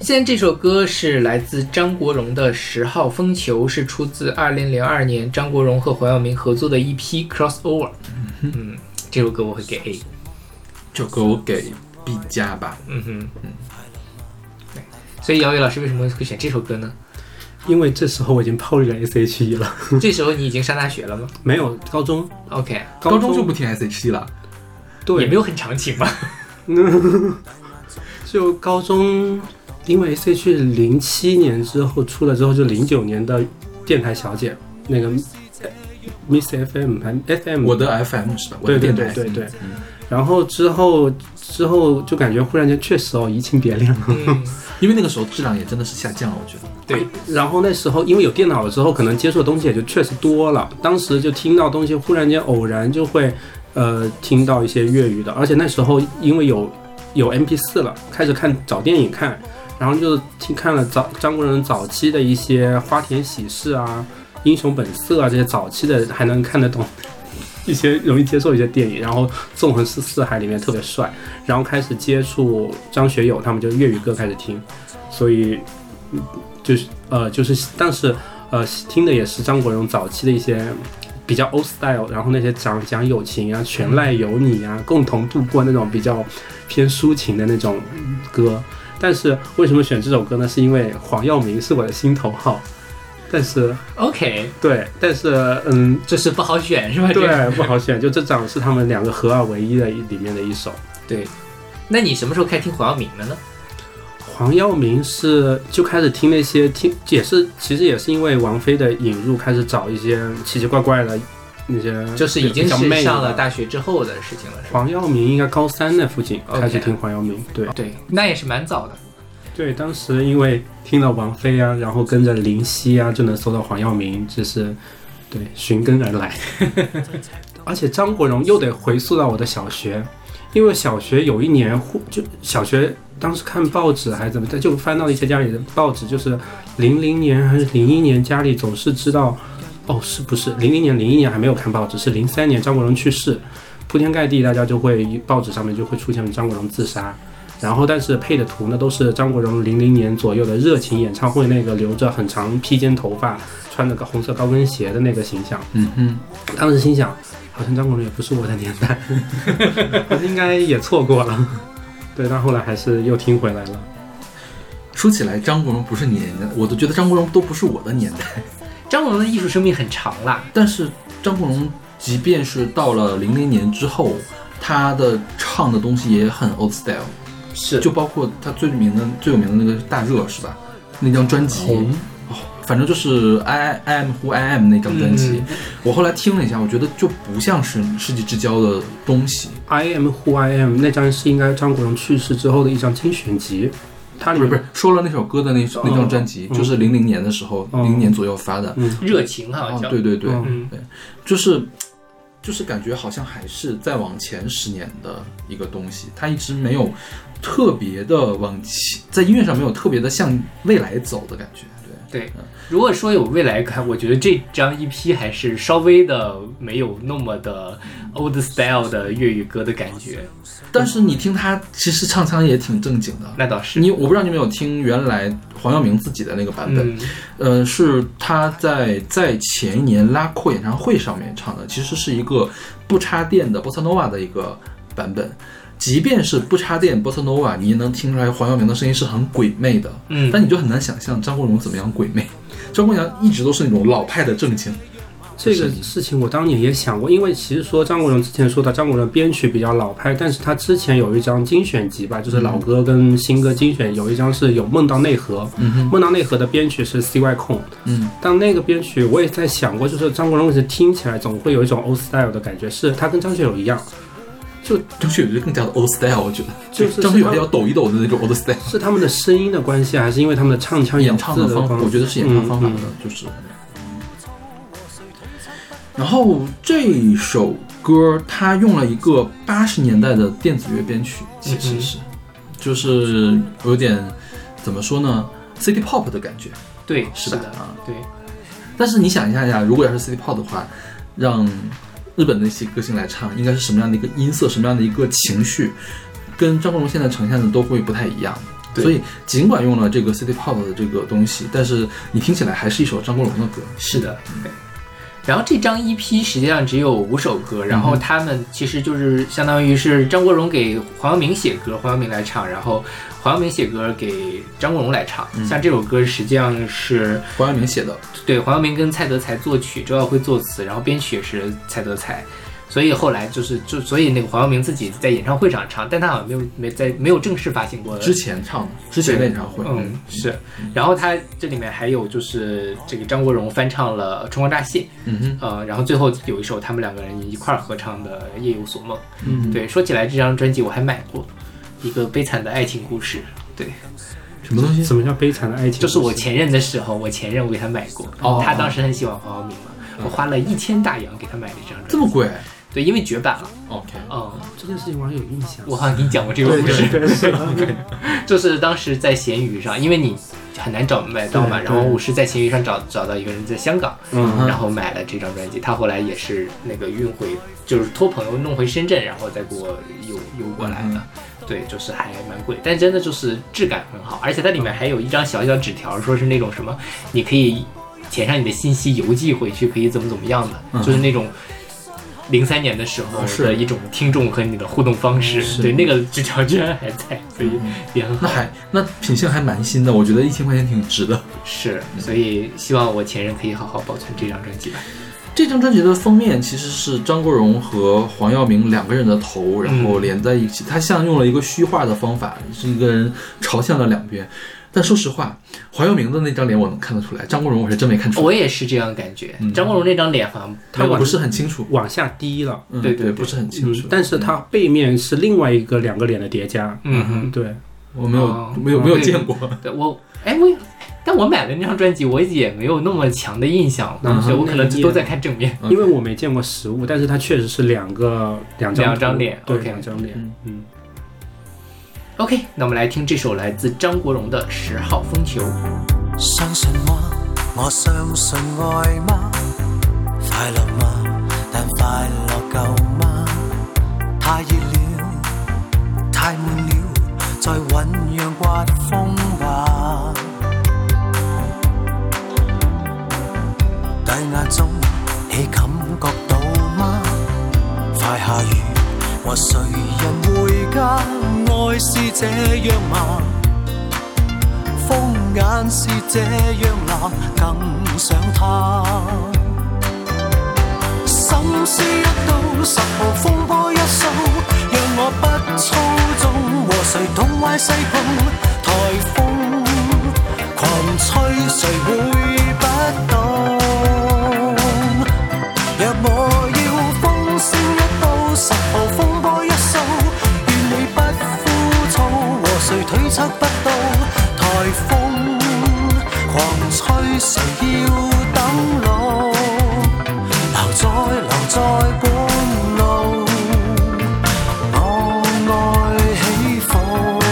现在这首歌是来自张国荣的《10号风球》，是出自2002年张国荣和黄耀明合作的 EP Crossover。这首歌我会给 A。 这首歌我给 B 加吧。 对。所以姚伟老师为什么会选这首歌呢？ 因为这时候我已经抛离了 S.H.E 了。 这时候你已经上大学了吗？ 没有，高中。 OK， 高中就不听 S.H.E 了。 对， 也没有很长情吧。 就高中，因为 S.H.E 07年之后出了之后，就09年的电台小姐那个 Miss FM 还 FM， 我的 FM 是吧？我对的电台。 对。然后之后就感觉忽然间确实移情别恋了。 因为那个时候质量也真的是下降了，我觉得。 对。 然后那时候因为有电脑了之后，可能接触的东西也就确实多了。当时就听到东西，忽然间偶然就会听到一些粤语的，而且那时候因为有 MP4 了，开始找电影看，然后就看了张国荣早期的一些花田喜事啊、英雄本色啊这些早期的还能看得懂一些容易接受一些电影，然后纵横四海里面特别帅，然后开始接触张学友他们就粤语歌开始听，所以就是但是听的也是张国荣早期的一些比较 old style， 然后那些讲友情啊、全赖有你啊、共同度过那种比较偏抒情的那种歌。但是为什么选这首歌呢？是因为黄耀明是我的心头好。但是 OK， 对，但是这是不好选是吧？ 对，不好选，就这张是他们两个合二为一的里面的一首。 对，那你什么时候开始听黄耀明的呢？ 黄耀明是就开始听那些其实也是因为王菲的引入，开始找一些奇奇怪怪的那些， 就是已经是上了大学之后的事情了。 黄耀明应该高3那附近开始听黄耀明。对， 那也是蛮早的。 对，当时因为听了王菲啊，然后跟着林夕啊，就能搜到黄耀明，就是对寻根而来。而且张国荣又得回溯到我的小学，因为小学有一年就小学当时看报纸还是怎么，就翻到一些家里的报纸，就是00年还是01年，家里总是知道，是不是00年01年还没有看报纸，是03年张国荣去世，铺天盖地大家就会报纸上面就会出现张国荣自杀。然后但是配的图呢都是张国荣00年左右的热情演唱会那个留着很长披肩头发穿着个红色高跟鞋的那个形象。当时心想好像张国荣也不是我的年代，应该也错过了。对，但后来还是又听回来了。 说起来张国荣不是你年代，我都觉得张国荣都不是我的年代。 张国荣的艺术生命很长啦， 但是张国荣即便是到了00年之后，他的唱的东西也很 old style。 是， 就包括他最有名的那个大热是吧？那张专辑，反正就是 I am who I am 那张专辑，我后来听了一下，我觉得就不像是世纪之交的东西。 I am who I am 那张是应该张国荣去世之后的一张精选集，他里面不是说了那首歌的那张专辑，就是00年的时候，00年左右发的， 热情好像。 对，对，就是感觉好像还是再往前10年的一个东西，他一直没有特别的往前，在音乐上没有特别的向未来走的感觉。 对，如果说有未来感，我觉得这张 EP 还是稍微的没有那么的 old style 的粤语歌的感觉。 但是你听他其实唱腔也挺正经的。 那倒是。 我不知道你有没有听原来黄耀明自己的那个版本，是他在前一年拉阔演唱会上面唱的，其实是一个不插电的 Bossa Nova 的一个版本。即便是不插电 Bossa Nova， 你也能听出来黄耀明的声音是很鬼魅的，但你就很难想象张国荣怎么样鬼魅。张国荣一直都是那种老派的正经。 这个事情我当年也想过，因为其实说张国荣之前说的张国荣编曲比较老派，但是他之前有一张精选集吧，就是老歌跟新歌精选，有一张是有梦到内河，梦到内河的编曲是 CY 控，但那个编曲我也在想过，就是张国荣是听起来总会有一种 old style 的感觉，是他跟张学友一样。就张学友就更加的 old style， 我觉得就是张学友还要抖一抖的那种 old style， 是他们的声音的关系，还是因为他们的唱腔演唱的方法？我觉得是演唱方法的，就是。然后这首歌他用了一个80年代的电子乐编曲，其实是，就是有点怎么说呢 ，City Pop 的感觉。 对， 是的啊，对。 但是你想一下呀，如果要是 City Pop 的话，让日本的一些歌星来唱，应该是什么样的一个音色，什么样的一个情绪，跟张国荣现在呈现的都会不太一样。 所以尽管用了这个 City Pop 的这个东西，但是你听起来还是一首张国荣的歌。 是的，对。然后这张 EP 实际上只有5首歌，然后他们其实就是相当于是张国荣给黄耀明写歌，黄耀明来唱，然后黄耀明写歌给张国荣来唱。像这首歌实际上是黄耀明写的，对， 黄耀明跟蔡德才作曲，周耀辉作词，然后编曲也是蔡德才。所以后来所以那个黄耀明自己在演唱会上唱，但他好像没有正式发行过之前唱的之前的演唱会， 是。然后他这里面还有就是这个张国荣翻唱了《春光乍泄》，然后最后有一首他们2个人一块合唱的《夜有所梦》，对。说起来这张专辑我还买过，一个悲惨的爱情故事，对。 什么东西？ 什么叫悲惨的爱情？ 就是我前任的时候，我前任我给他买过，他当时很喜欢黄耀明嘛，我花了1000大洋给他买了这张专辑， 这么贵？ 对，因为绝版了。 OK， 这件事情我还有印象。 我好像跟你讲过这个故事，对，就是当时在闲鱼上，因为你很难买到嘛，然后我是在闲鱼上找到一个人在香港，然后买了这张专辑。他后来也是那个运回，就是托朋友弄回深圳，然后再给我邮过来的。对，就是还蛮贵，但真的就是质感很好，而且它里面还有一张小小纸条，说是那种什么，你可以填上你的信息邮寄回去，可以怎么样的，就是那种。03年的时候的一种听众和你的互动方式，对，那个纸条居然还在，所以也很好。 那品性还蛮新的，我觉得1000块钱挺值的。 是，所以希望我前任可以好好保存这张专辑吧。 这张专辑的封面其实是张国荣和黄耀明2个人的头，然后连在一起，他像用了一个虚化的方法，是一个人朝向了2边。但说实话，黄耀明的那张脸我能看得出来，张国荣我是真没看出来。 我也是这样感觉，张国荣那张脸好像他不是很清楚， 往下低了， 对， 不是很清楚。 但是它背面是另外2个脸的叠加，对， 我没有见过。 对，但我买了那张专辑，我也没有那么强的印象，所以我可能都在看正面， 因为我没见过实物，但是它确实是两张脸， 对 ，2张脸 ，OK， 那我们来听这首来自张国荣的《10号风球》。 相信嗎？我相信愛嗎？快樂嗎？但快樂夠嗎？太熱了，太悶了，再醞釀刮風吧。低壓中，你感覺到嗎？快下雨，和誰人回家？愛是這樣嗎？風眼是這樣冷，更想他。心思一到10號風波一掃，讓我不操縱，和誰東歪西碰，颱風狂吹，誰會不懂？若我要風聲一到10號風波一掃，願你不枯燥，和誰推測不到？颱風狂吹，誰要等路？留在半路，我愛起伏。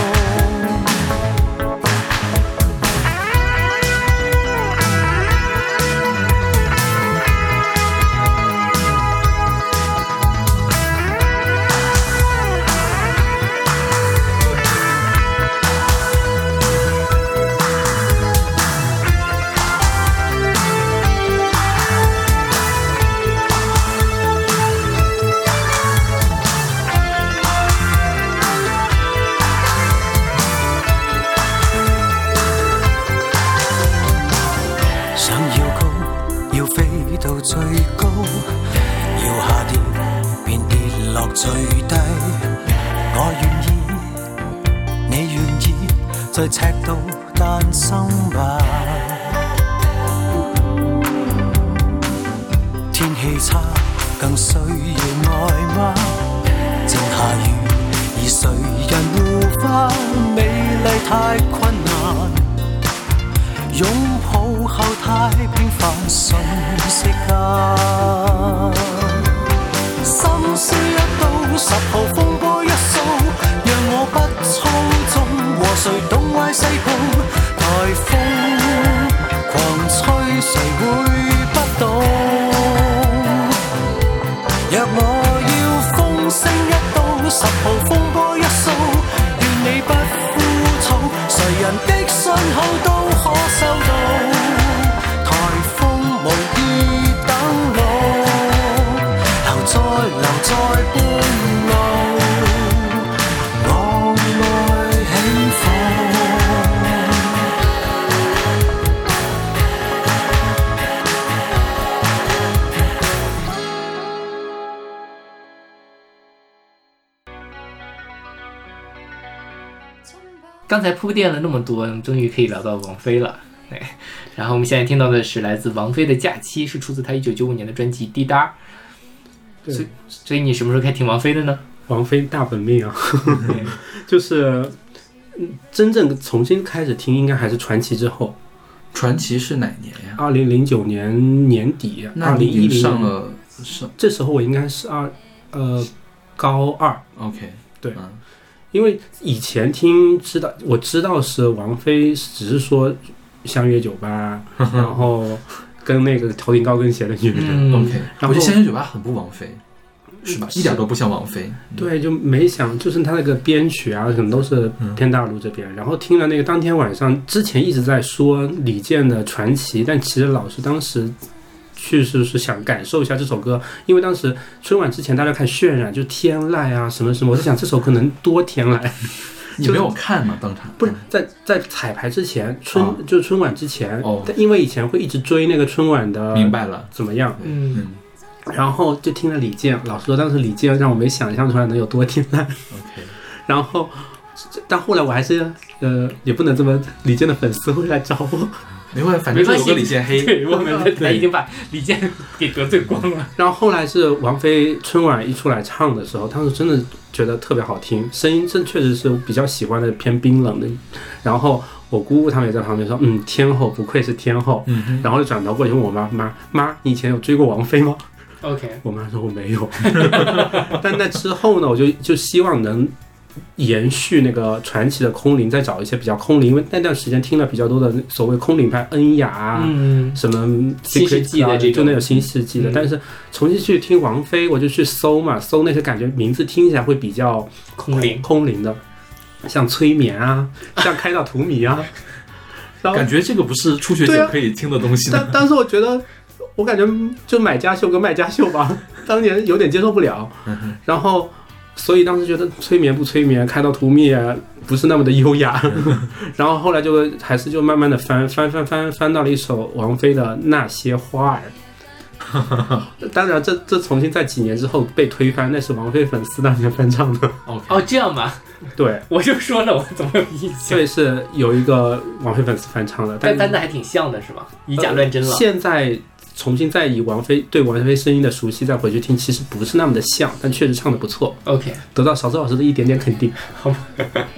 最高要下跌便跌落最低，我願意，你願意，在赤道誕生吧。天氣差更需要愛嗎？正下雨，而誰人護花？美麗太困難。擁抱後太平凡，瞬息間，心思一到10號風波一掃，讓我不操縱，和誰東歪西碰，颱風狂吹，誰會不懂？若我要風聲一到10號風波一掃，願你不枯燥。 刚才铺垫了那么多，终于可以聊到王菲了。对，然后我们现在听到的是来自王菲的《假期》，是出自她1995年的专辑《滴答》。所以你什么时候开始听王菲的呢？ 王菲大本命啊，就是真正重新开始听，应该还是传奇之后。 传奇是哪年呀 ？2009年年底， 那你已经上了，这时候我应该是高2。 OK， 对，因为以前听我知道是王菲，只是说相约酒吧，然后跟那个头顶高跟鞋的女人。 OK， 我觉得相约酒吧很不王菲。是吧？一点都不像王菲。 对，就没想，就是他那个编曲啊，可能都是偏大陆这边。然后听了那个，当天晚上之前一直在说李健的《传奇》，但其实老师当时确实是想感受一下这首歌，因为当时春晚之前大家看渲染，就天籁啊什么什么，我在想这首歌能多天籁。 你没有看吗？当场不是在彩排之前，就春晚之前，因为以前会一直追那个春晚的， 明白了怎么样？然后就听了李健，老实说当时李健让我没想象出来能有多天籁。 OK， 然后但后来我还是也不能这么，李健的粉丝会来找我。 没关系，反正有个李健黑， 对，我们他已经把李健给得罪光了。 然后后来是王菲春晚一出来唱的时候，当时真的觉得特别好听，声音确实是比较喜欢的偏冰冷的。然后我姑姑他们也在旁边说，天后不愧是天后。然后就转头过去问我妈，你以前有追过王菲吗 ？OK， 我妈说我没有。但那之后呢，我就希望能延续那个传奇的空灵，再找一些比较空灵，因为那段时间听了比较多的所谓空灵派，恩雅啊，什么新世纪的这种， 就那种新世纪的。但是重新去听王菲，我就去搜那些感觉名字听起来会比较空灵的，像催眠啊，像开导荼蘼啊。 感觉这个不是初学者可以听的东西呢。 但是我觉得。我感觉就买家秀跟卖家秀吧，当年有点接受不了，然后所以当时觉得催眠不催眠，开到荼蘼啊不是那么的优雅，然后后来就还是就慢慢的翻到了一首王菲的《那些花儿》。当然这重新在几年之后被推翻，那是王菲粉丝当年翻唱的。 哦，这样吗？ 对， 我就说了，我怎么有印象？ 对，是有一个王菲粉丝翻唱的， 但翻的还挺像的，是吧？以假乱真了。 现在重新再以对王菲声音的熟悉再回去听，其实不是那么的像，但确实唱的不错。 OK， 得到勺子老师的一点点肯定。 好吧。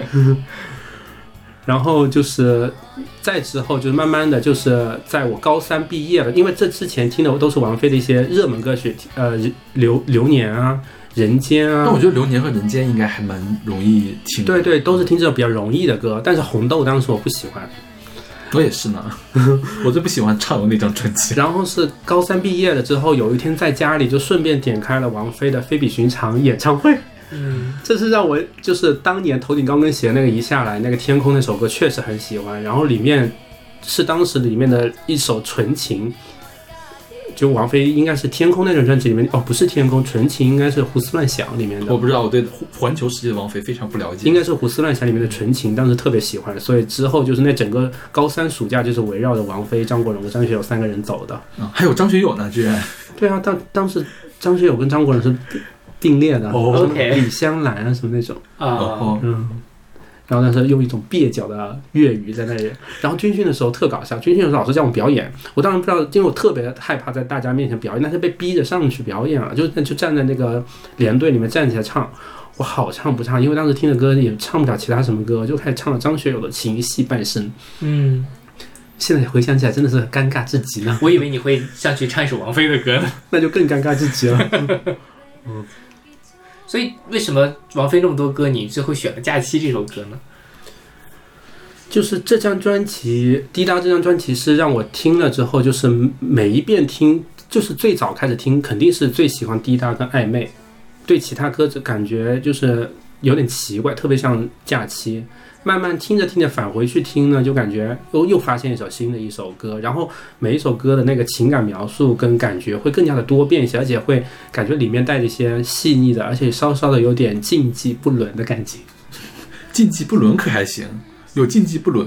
然后就是再之后，就是慢慢的就是在我高3毕业了，因为这之前听的都是王菲的一些热门歌曲，流年啊。人间啊， 但我觉得流年和人间应该还蛮容易听的。 对，都是听这种比较容易的歌。但是红豆当时我不喜欢。 我也是呢，我最不喜欢唱的那张专辑。 然后是高3毕业了之后，有一天在家里就顺便点开了王菲的《非比寻常》演唱会。这是让我就是当年头顶高跟鞋那个一下来，那个天空那首歌确实很喜欢。然后里面是当时里面的一首纯情。就王菲应该是天空那张专辑里面，不是天空，纯情应该是胡思乱想里面的。 我不知道，我对环球世界的王菲非常不了解。 应该是胡思乱想里面的纯情，当时特别喜欢，所以之后就是那整个高3暑假就是围绕着王菲、张国荣和张学友3个人走的。 还有张学友呢，居然。 对啊，当时张学友跟张国荣是并列的。 OK， 李香兰啊什么那种啊， 然后那时候用一种蹩脚的粤语在那里，然后军训的时候特搞笑，军训的时候老师叫我们表演，我当然不知道，因为我特别害怕在大家面前表演，但是被逼着上去表演了，就站在那个连队里面站起来唱，我好唱不唱，因为当时听的歌也唱不了其他什么歌，就开始唱了张学友的《情系半生》。现在回想起来真的是尴尬至极呢。 我以为你会上去唱一首王菲的歌呢， 那就更尴尬至极了。 所以为什么王菲那么多歌，你最后选了《假期》这首歌呢？ 就是这张专辑《滴答》这张专辑是让我听了之后，就是每一遍听，就是最早开始听，肯定是最喜欢《滴答》跟《暧昧》，对其他歌感觉就是有点奇怪，特别像《假期》。慢慢听着听着返回去听呢，就感觉又发现新的一首歌，然后每一首歌的那个情感描述跟感觉会更加的多变一些，而且会感觉里面带着一些细腻的，而且稍稍的有点禁忌不伦的感觉。 禁忌不伦可还行？有禁忌不伦吗？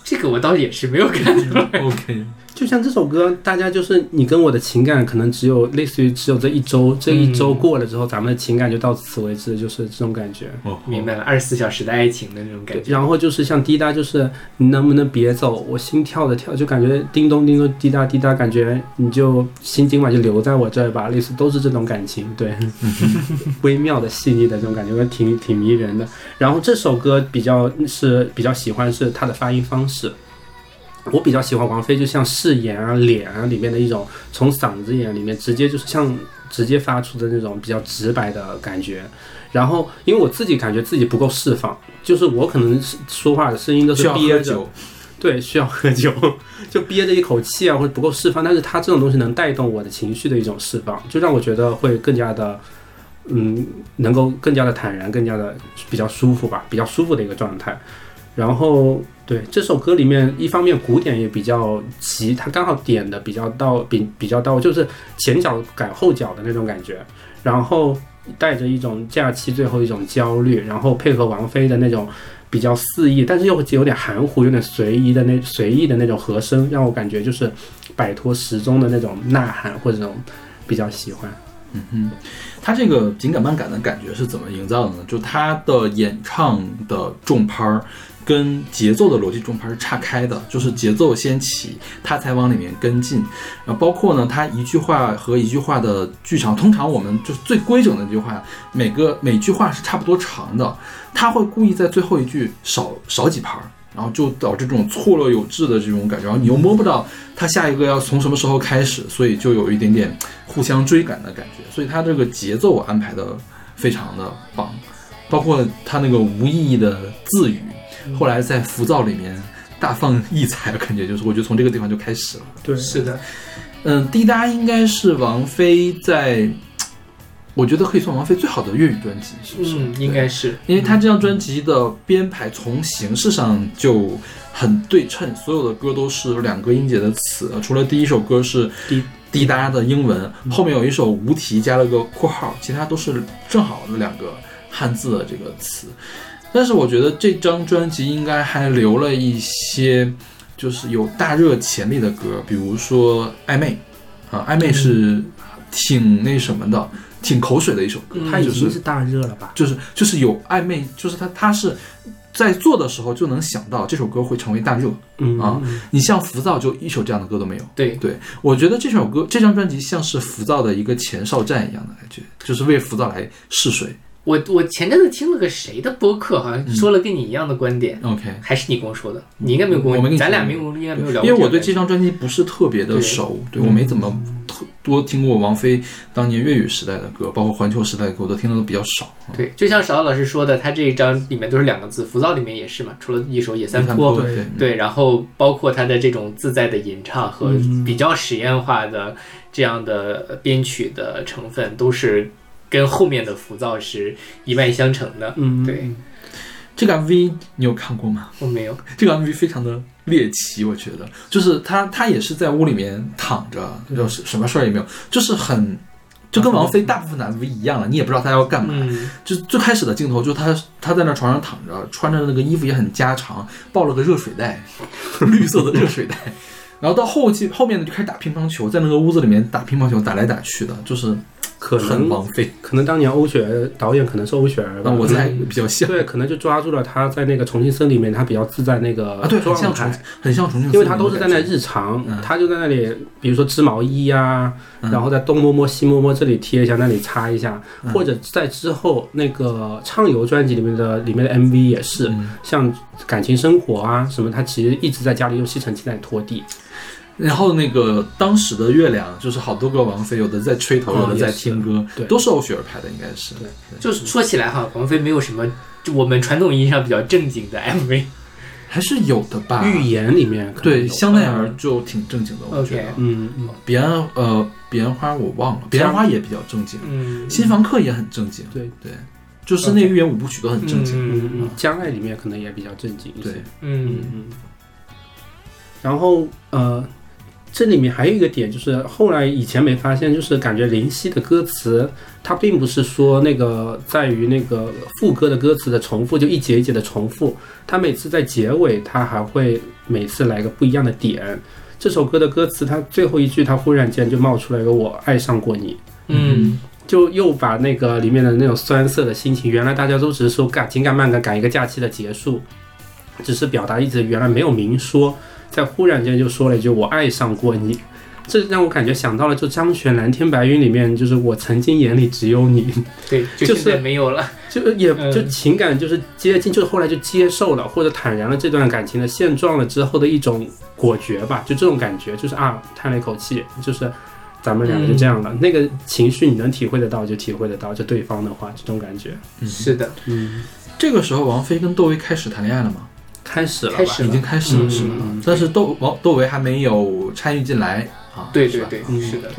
这个我倒也是没有看出来。 OK， 就像这首歌，大家就是你跟我的情感可能只有类似于只有这一周，这一周过了之后，咱们的情感就到此为止，就是这种感觉。 明白了，24小时的爱情的那种感觉。 然后就是像滴答，就是你能不能别走，我心跳的跳，就感觉叮咚叮咚滴答滴答，感觉你就心今晚就留在我这儿吧，类似都是这种感情，对，微妙的细腻的这种感觉，挺迷人的。然后这首歌比较喜欢是它的发音方式。我比较喜欢王菲，就像誓言啊、脸啊里面的一种，从嗓子眼里面直接就是像直接发出的那种比较直白的感觉。然后，因为我自己感觉自己不够释放，就是我可能说话的声音都是憋着，对，需要喝酒，就憋着一口气啊，或者不够释放。但是它这种东西能带动我的情绪的一种释放，就让我觉得会更加的，能够更加的坦然，更加的比较舒服吧，比较舒服的一个状态。然后对这首歌里面，一方面鼓点也比较急，它刚好点的比较到位，就是前脚赶后脚的那种感觉，然后带着一种假期最后一种焦虑，然后配合王菲的那种比较肆意，但是又有点含糊、有点随意的那种和声，让我感觉就是摆脱时钟的那种呐喊或者那种比较喜欢。 他这个紧赶慢赶的感觉是怎么营造的呢？就他的演唱的重拍跟节奏的逻辑重拍是岔开的，就是节奏先起，他才往里面跟进。然后包括呢，他一句话和一句话的剧场，通常我们就是最规整的一句话，每句话是差不多长的，他会故意在最后一句少几拍，然后就导致这种错落有致的这种感觉，然后你又摸不到他下一个要从什么时候开始，所以就有一点点互相追赶的感觉。所以他这个节奏安排的非常的棒，包括他那个无意义的字语，后来在浮躁里面大放异彩，感觉就是我觉得从这个地方就开始了。 对， 是的。 滴答应该是王菲在，我觉得可以算王菲最好的粤语专辑，是不是？ 应该是， 因为他这张专辑的编排从形式上就很对称，所有的歌都是2个音节的词，除了第一首歌是滴答的英文，后面有一首无题加了个括号，其他都是正好的2个汉字的这个词。但是我觉得这张专辑应该还留了一些就是有大热潜力的歌，比如说暧昧暧昧是挺那什么的，挺口水的一首歌， 它已经是大热了吧？ 就是有暧昧，就是他是在做的时候就能想到这首歌会成为大热你像浮躁就一首这样的歌都没有。 对， 我觉得这张专辑像是浮躁的一个前哨站一样的感觉，就是为浮躁来试水。 我前阵子听了个谁的播客，好像说了跟你一样的观点。 OK， 还是你跟我说的，你应该没有跟我们咱俩应该没有聊过。 因为我对这张专辑不是特别的熟，对我没怎么多听过王菲当年粤语时代的歌，包括环球时代的歌我都听的都比较少。 对，就像邵老师说的，他这一张里面都是2个字，浮躁里面也是嘛，除了一首野三坡，对，然后包括他的这种自在的吟唱和比较实验化的这样的编曲的成分，都是跟后面的浮躁是一脉相承的。对。 这个 MV 你有看过吗？ 我没有。 这个 MV 非常的猎奇，我觉得就是他也是在屋里面躺着，就是什么事儿也没有，就是就跟王菲大部分的 MV 一样了，你也不知道他要干嘛。就最开始的镜头就他在那床上躺着，穿着那个衣服也很家常，抱了个热水袋，绿色的热水袋。然后到后面呢就开始打乒乓球，在那个屋子里面打乒乓球，打来打去的，就是很王菲。可能当年欧雪导演可能是欧雪儿吧， 我猜比较像。 对，可能就抓住了他在那个重庆森里面，他比较自在那个对，很像重庆森， 因为他都是在那日常，他就在那里，比如说织毛衣啊，然后在东摸摸西摸摸，这里贴一下，那里擦一下，或者在之后那个畅游专辑里面的 MV 也是，像感情生活啊什么，他其实一直在家里用吸尘器在拖地。 然后那个当时的月亮就是好多个王菲，有的在吹头，有的在听歌，都是欧雪儿拍的，应该是。 对，就是说起来哈，王菲没有什么就我们传统意义上比较正经的 MV， 还是有的吧。 预言里面对香奈儿就挺正经的，我觉得。彼岸花我忘了，彼岸花也比较正经，新房客也很正经。 对， 就是那预言5部曲都很正经。 将爱里面可能也比较正经一些。 对， 然后这里面还有一个点，就是后来以前没发现，就是感觉林夕的歌词，它并不是说那个在于那个副歌的歌词的重复，就一节一节的重复，它每次在结尾，它还会每次来个不一样的点。这首歌的歌词，它最后一句，它忽然间就冒出来一个我爱上过你，就又把那个里面的那种酸涩的心情，原来大家都只是说紧赶慢赶一个假期的结束，只是表达一直原来没有明说，在忽然间就说了一句我爱上过你，这让我感觉想到了就张悬蓝天白云里面，就是我曾经眼里只有你， 对，就现在没有了， 就情感就是接近，就是后来就接受了或者坦然了这段感情的现状了之后的一种果决吧，就这种感觉，就是叹了一口气，就是咱们两个就这样了，那个情绪你能体会得到就体会得到，就对方的话这种感觉， 是的， 这个时候王菲跟窦唯开始谈恋爱了吗？ 开始了， 已经开始了，是吧？但是窦唯还没有参与进来啊。 对， 是的， 对。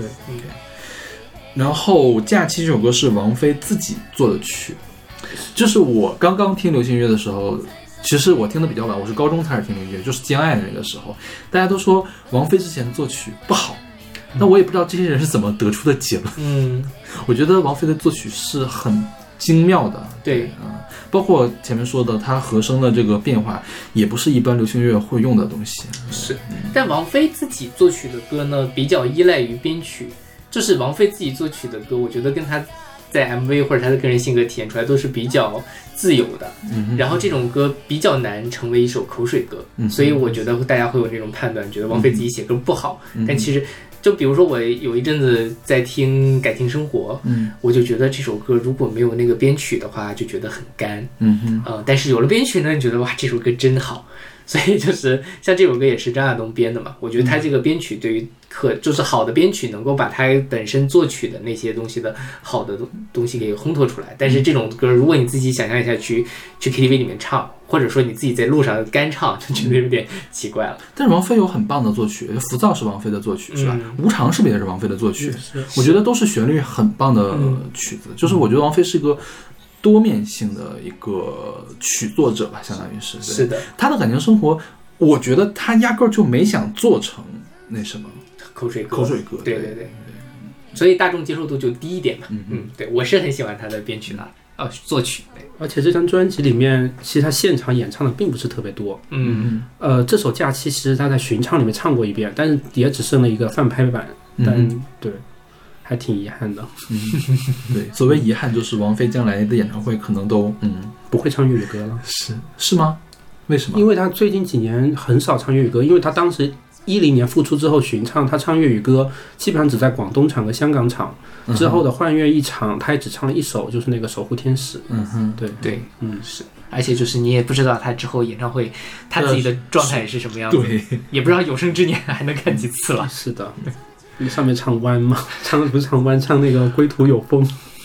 然后《假期》这首歌是王菲自己做的曲，就是我刚刚听流行音乐的时候，其实我听的比较晚，我是高中开始听流行音乐，就是《兼爱》的那个时候，大家都说王菲之前作曲不好，那我也不知道这些人是怎么得出的结论。我觉得王菲的作曲是很精妙的， 对， 包括前面说的她和声的这个变化，也不是一般流行乐会用的东西。 是，但王菲自己作曲的歌呢，比较依赖于编曲，就是王菲自己作曲的歌，我觉得跟她在 MV 或者她的个人性格体现出来都是比较自由的，然后这种歌比较难成为一首口水歌，所以我觉得大家会有这种判断，觉得王菲自己写歌不好，但其实就比如说我有一阵子在听改听生活，我就觉得这首歌如果没有那个编曲的话，就觉得很干，但是有了编曲呢，你觉得哇这首歌真好，所以就是像这首歌也是张亚东编的嘛，我觉得他这个编曲对于就是好的编曲能够把他本身作曲的那些东西的好的东西给烘托出来，但是这种歌如果你自己想象一下去 KTV 里面唱，或者说你自己在路上干唱，就觉得有点奇怪了。 但是王菲有很棒的作曲，浮躁是王菲的作曲是吧？无常是不是也是王菲的作曲？我觉得都是旋律很棒的曲子，就是我觉得王菲是一个多面性的一个曲作者吧，相当于是的。 他的感情生活，我觉得他压根儿就没想做成那什么口水歌，对，所以大众接受度就低一点嘛。对，我是很喜欢他的编曲的，作曲。 而且这张专辑里面，其实他现场演唱的并不是特别多。这首《假期》其实他在巡唱里面唱过一遍，但是也只剩了一个翻拍版。对，还挺遗憾的。 对，所谓遗憾就是王菲将来的演唱会可能都不会唱粤语歌了。 是吗？为什么？ 因为他最近几年很少唱粤语歌，因为他当时10年复出之后巡唱，他唱粤语歌基本上只在广东场和香港场，之后的幻乐一场他也只唱了一首，就是那个守护天使。 对，是，而且就是你也不知道他之后演唱会他自己的状态是什么样子， 对， 也不知道有生之年还能看几次了。 是的，上面唱湾嘛，不是唱湾，唱那个归途有风。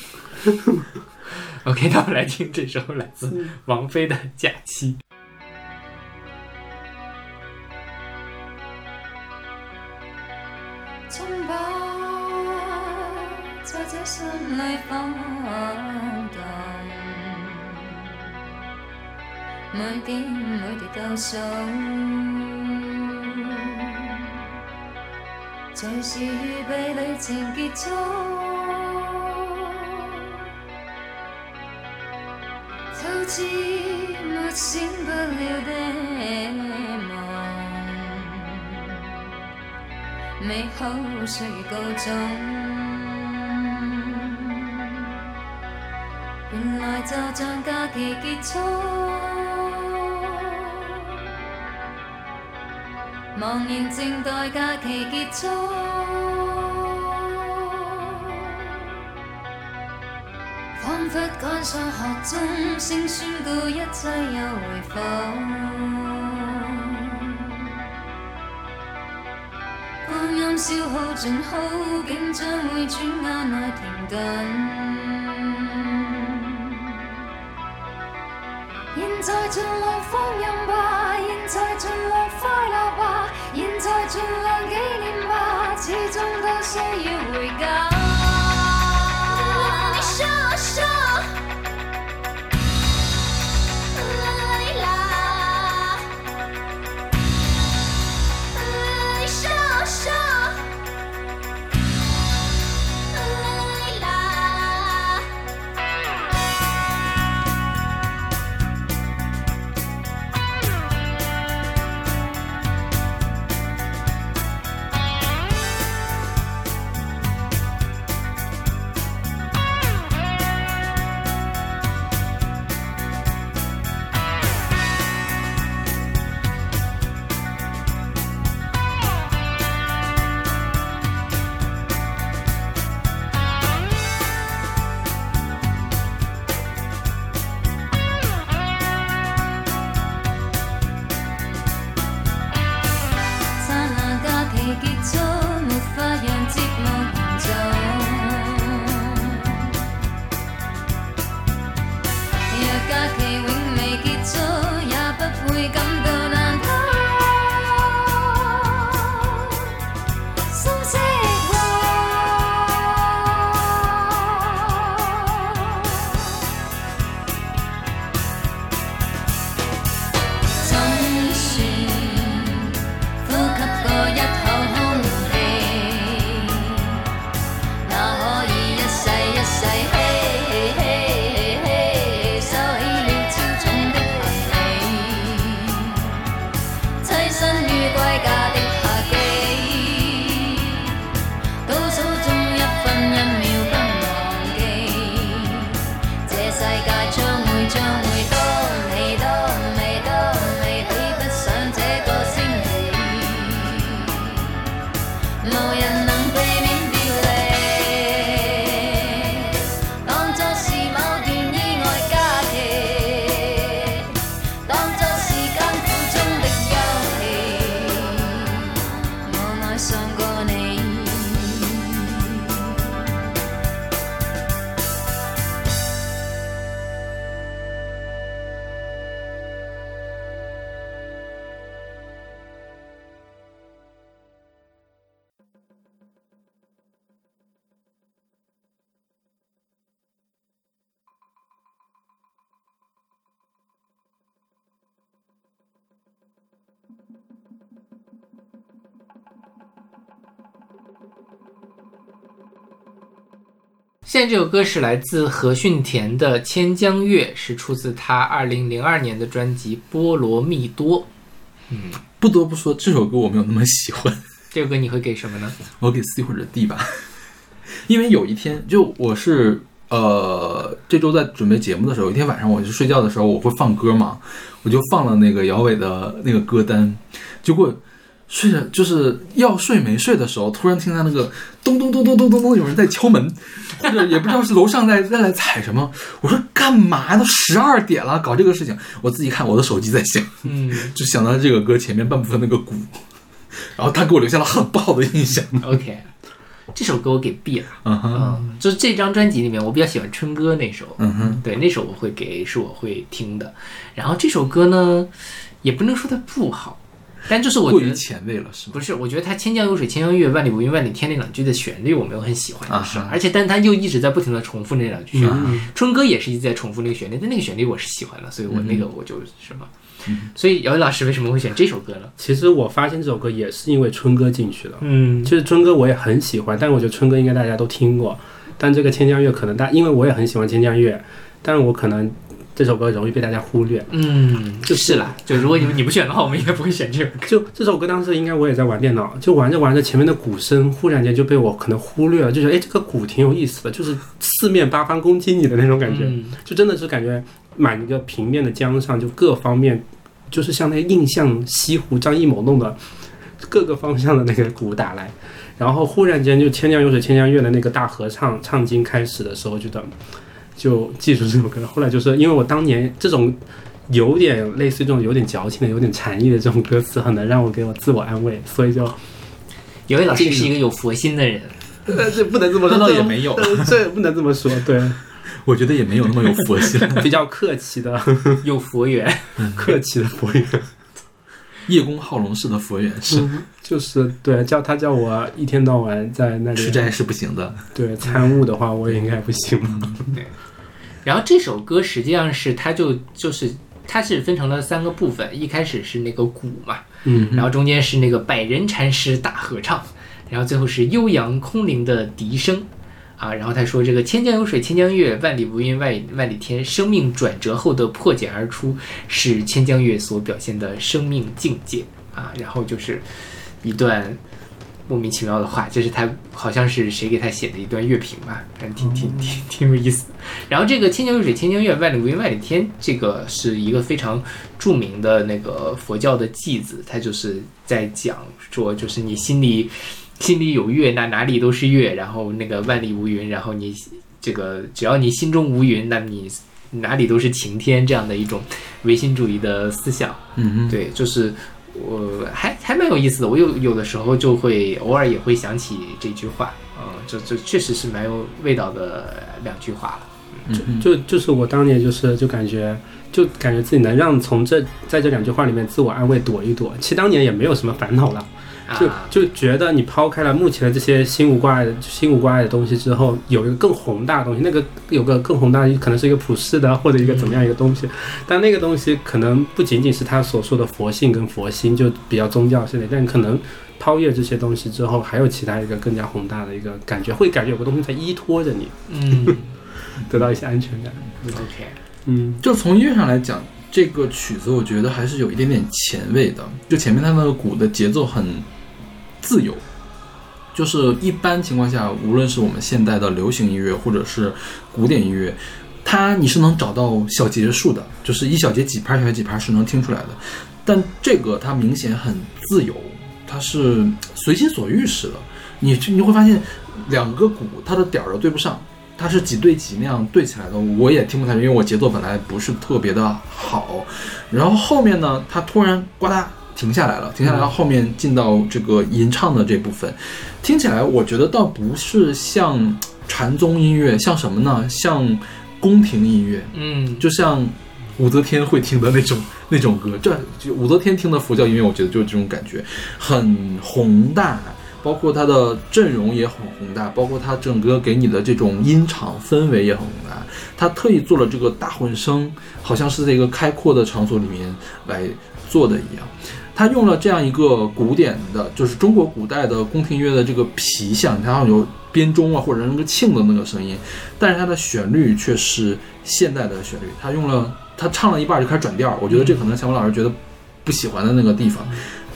OK， 那我们来听这首来自王菲的《假期》。 衝吧，在這心裏放蕩，每點倒數，隨時預備旅程結束，就似沒醒不了的夢。美好歲月告終，原來就像假期結束，茫然靜待假期結束，彷彿趕上學鐘聲宣告一切又回復。光陰消耗盡好景，將會轉眼內停頓。現在盡量放任吧，現在盡量快樂吧，現在盡量紀念吧，始終都需要回家。你說說。 結束，沒法讓節目延續。若假期永未結束，也不會感到難堪。心釋懷，怎算呼吸過一口空氣？哪可以一世一世嘿嘿嘿，收起了超重的行李，棲身於歸家的夏季，倒數中一分一秒不忘記，這世界將會多美多美多美，比不上這個星期，無人能避免別離，當作是某段意外假期，當作是艱苦中的休憩，我愛上過你。 现在这首歌是来自何训田的《千江月》，是出自他2002年的专辑《波罗蜜多》。 不得不说这首歌我没有那么喜欢， 这首歌你会给什么呢？ 我给 C 或者 D 吧。因为有一天就我是这周在准备节目的时候，有一天晚上我就睡觉的时候我会放歌嘛，我就放了那个姚伟的那个歌单，结果睡着就是要睡没睡的时候，突然听到那个咚咚咚咚咚咚咚有人在敲门，或者也不知道是楼上在来踩什么。我说干嘛？都12点了，搞这个事情。我自己看我的手机在响，就想到这个歌前面半部分那个鼓，然后他给我留下了很不好的印象。 OK， 这首歌我给 B 了。就是这张专辑里面我比较喜欢春歌那首，对，那首我会给，是我会听的。然后这首歌呢，也不能说它不好。但就是我觉得过于前卫了，是吗？ 不是，我觉得他千江有水千江月，万里无云万里天那两句的旋律我没有很喜欢，就是，而且但他又一直在不停的重复那两句旋律，春歌也是一直在重复那个旋律，但那个旋律我是喜欢的，所以我那个我就什么，所以姚伟老师为什么会选这首歌呢？ 其实我发现这首歌也是因为春歌进去了，其实春歌我也很喜欢，但是我觉得春歌应该大家都听过，但这个千江月可能因为我也很喜欢千江月，但是我可能这首歌容易被大家忽略， 就是啦，就如果你不选的话，我们应该不会选这首歌。 就这首歌当时应该我也在玩电脑，就玩着玩着前面的鼓声忽然间就被我可能忽略了，就觉得这个鼓挺有意思的，就是四面八方攻击你的那种感觉，就真的是感觉满一个平面的江上，就各方面就是像那个印象西湖张艺谋弄的各个方向的那个鼓打来，然后忽然间就千江有水千江月的那个大合唱唱经开始的时候，觉得就记住这首歌。后来就是因为我当年这种有点类似于这种有点矫情的有点禅意的这种歌词很能让我给我自我安慰，所以就姚伟老师是一个有佛心的人。 这不能这么说， 那倒也没有， 这不能这么说，对， 我觉得也没有那么有佛心， 比较客气的有佛缘， 客气的佛缘， 叶公好龙式的佛缘是， 就是对，他叫我一天到晚在那里吃斋是不行的， 对，参悟的话我也应该不行了。 对，然后这首歌实际上是它是分成了3个部分，一开始是那个鼓嘛，然后中间是那个百人禅师大合唱，然后最后是悠扬空灵的笛声啊，然后他说这个千江有水千江月，万里无云万里天，生命转折后的破茧而出是千江月所表现的生命境界啊，然后就是一段莫名其妙的话，这是他好像是谁给他写的一段乐评吧，反正挺有意思的。然后这个千江有水千江月，万里无云万里天，这个是一个非常著名的那个佛教的偈子，它就是在讲说，就是你心里有月，那哪里都是月，然后那个万里无云，然后你这个只要你心中无云，那你哪里都是晴天，这样的一种唯心主义的思想。对，就是我还蛮有意思的。我有的时候就会偶尔也会想起这句话，这确实是蛮有味道的2句话了。 就是我当年就感觉自己能让在这2句话里面自我安慰躲一躲。其实当年也没有什么烦恼了。就觉得你抛开了目前的这些心无挂碍的东西之后，有一个更宏大的东西，那个有个更宏大的可能是一个普世的或者一个怎么样一个东西，但那个东西可能不仅仅是他所说的佛性跟佛心，就比较宗教性的，但可能超越这些东西之后，还有其他一个更加宏大的一个感觉，会感觉有个东西在依托着你，得到一些安全感。 OK， 就从音乐上来讲，这个曲子我觉得还是有一点点前卫的，就前面它那个鼓的节奏很自由，就是一般情况下，无论是我们现代的流行音乐或者是古典音乐，你是能找到小节数的，就是一小节几拍，小节几拍是能听出来的。但这个它明显很自由，它是随心所欲似的。你会发现2个鼓它的点儿都对不上，它是几对几那样对起来的，我也听不太清，因为我节奏本来不是特别的好。然后后面呢，它突然呱嗒停下来了，后面进到这个吟唱的这部分，听起来我觉得倒不是像禅宗音乐，像什么呢？像宫廷音乐，就像武则天会听的那种歌，就武则天听的佛教音乐，我觉得就是这种感觉，很宏大，包括它的阵容也很宏大，包括它整个给你的这种音场氛围也很宏大。他特意做了这个大混声，好像是在一个开阔的场所里面来做的一样。他用了这样一个古典的，就是中国古代的宫廷乐的这个皮相，它好像有编钟啊或者那个磬的那个声音，但是它的旋律却是现代的旋律。他唱了一半就开始转调，我觉得这可能小文老师觉得不喜欢的那个地方，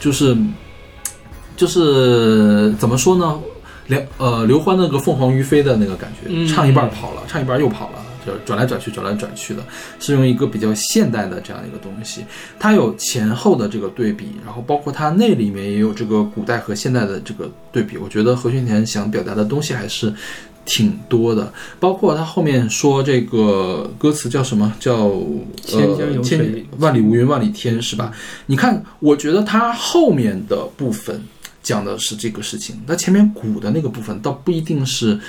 就是怎么说呢？刘欢那个凤凰于飞的那个感觉，唱一半跑了，唱一半又跑了。转来转去的，是用一个比较现代的这样一个东西，它有前后的这个对比，然后包括它那里面也有这个古代和现代的这个对比。我觉得何训田想表达的东西还是挺多的，包括他后面说这个歌词叫什么，叫千江有水万里无云万里天，是吧？你看，我觉得他后面的部分讲的是这个事情，那前面鼓的那个部分倒不一定是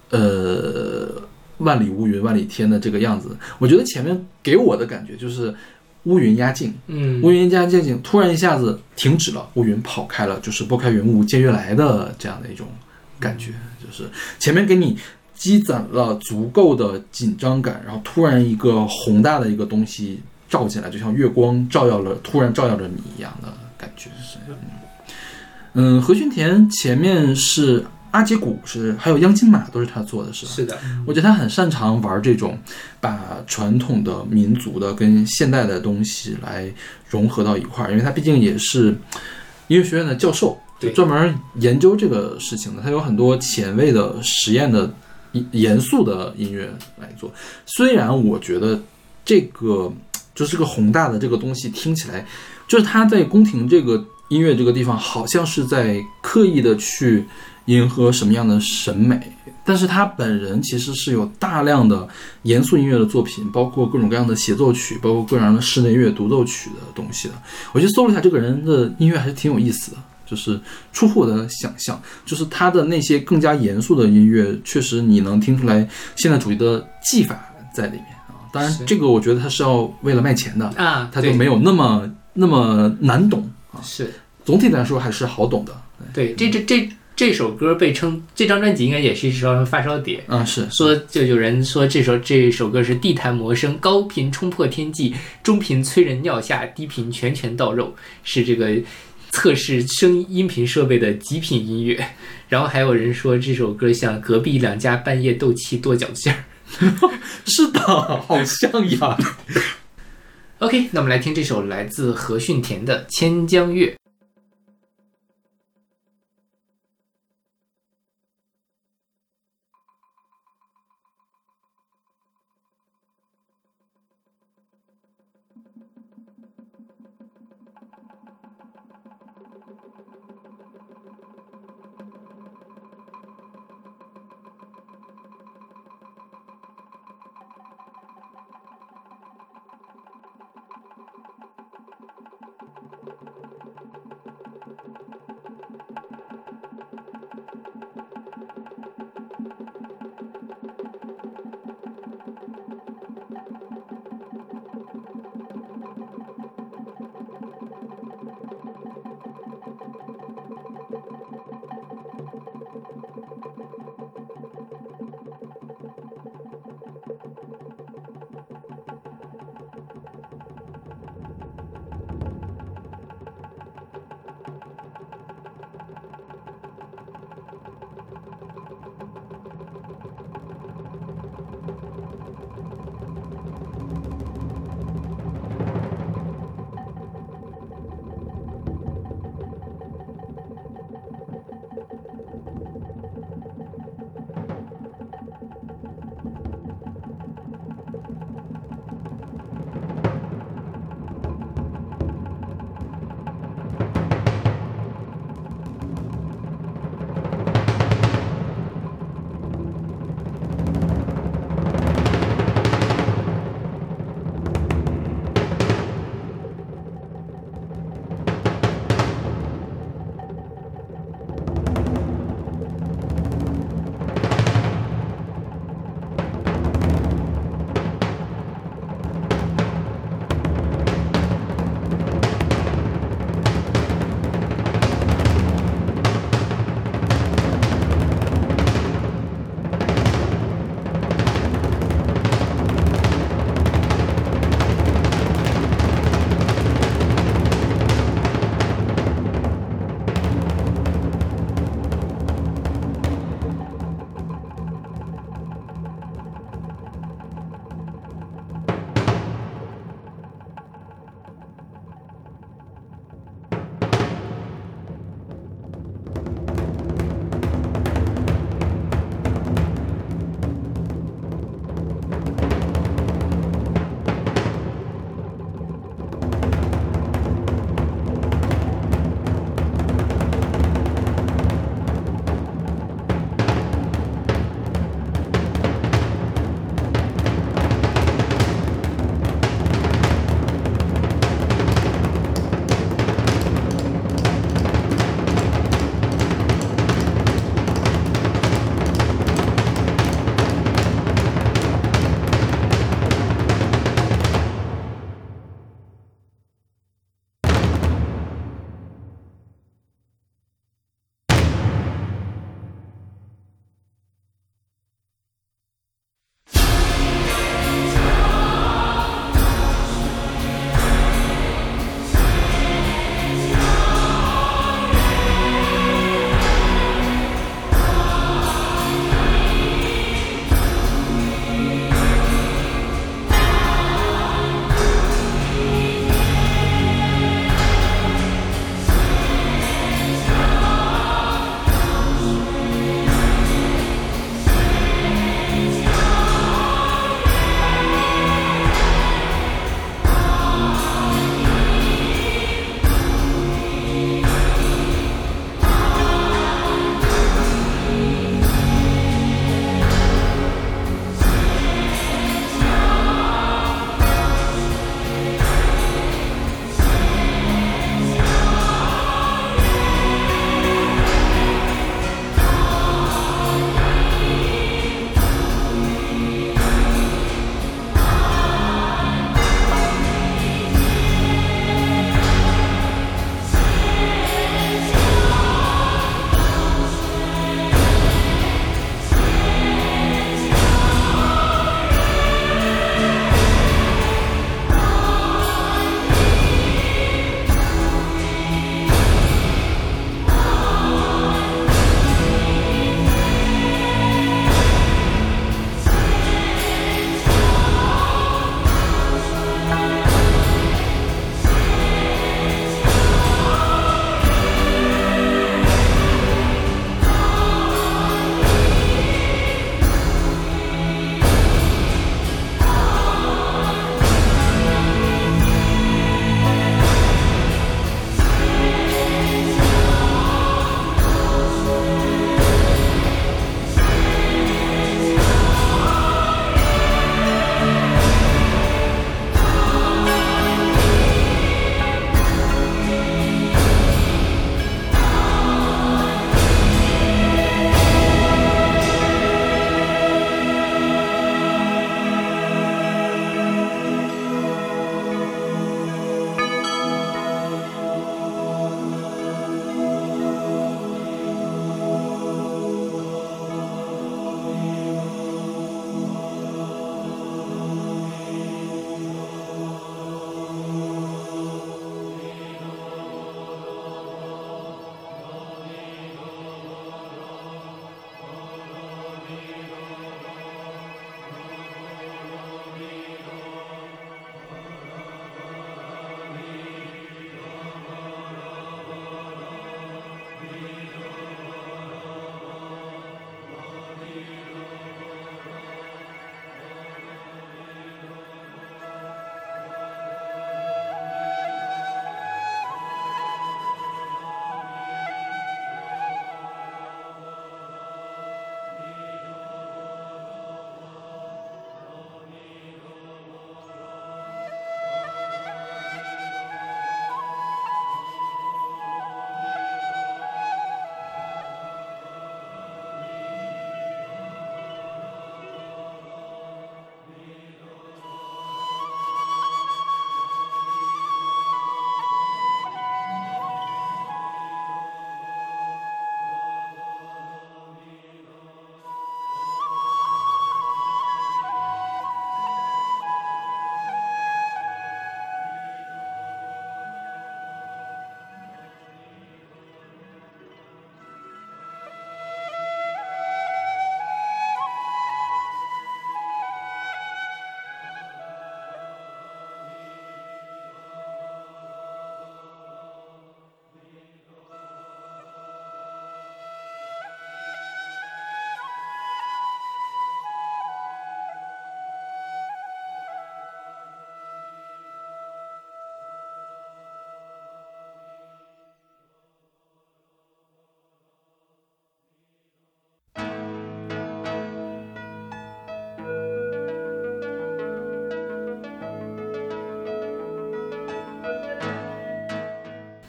万里无云万里天的这个样子。我觉得前面给我的感觉就是乌云压境，乌云压境突然一下子停止了，乌云跑开了，就是拨开云雾见月来的这样的一种感觉，就是前面给你积攒了足够的紧张感，然后突然一个宏大的一个东西照进来，就像月光突然照耀着你一样的感觉。何训田前面是阿姐鼓，还有央金马都是他做的，是吧？ 是的， 我觉得他很擅长玩这种把传统的民族的跟现代的东西来融合到一块儿，因为他毕竟也是音乐学院的教授，就专门研究这个事情的。他有很多前卫的实验的严肃的音乐来做。虽然我觉得这个就是这个宏大的这个东西听起来，就是他在宫廷这个音乐这个地方好像是在刻意的去迎合什么样的审美，但是他本人其实是有大量的严肃音乐的作品，包括各种各样的协奏曲，包括各种各样的室内乐独奏曲的东西的。我去搜了一下这个人的音乐，还是挺有意思的，就是出乎我的想象，就是他的那些更加严肃的音乐，确实你能听出来现代主义的技法在里面啊。当然，这个我觉得他是要为了卖钱的啊， 他就没有那么难懂啊。 是， 总体来说还是好懂的。 对，这首歌被称，这张专辑应该也是一双发烧碟啊，是说就有人说这首歌是地毯魔声，高频冲破天际，中频催人尿下，低频拳到肉，是这个测试音频设备的极品音乐。然后还有人说这首歌像隔壁两家半夜斗气剁饺子馅儿。 是的，好像呀。 OK， 那我们来听这首来自何训田的《千江月》。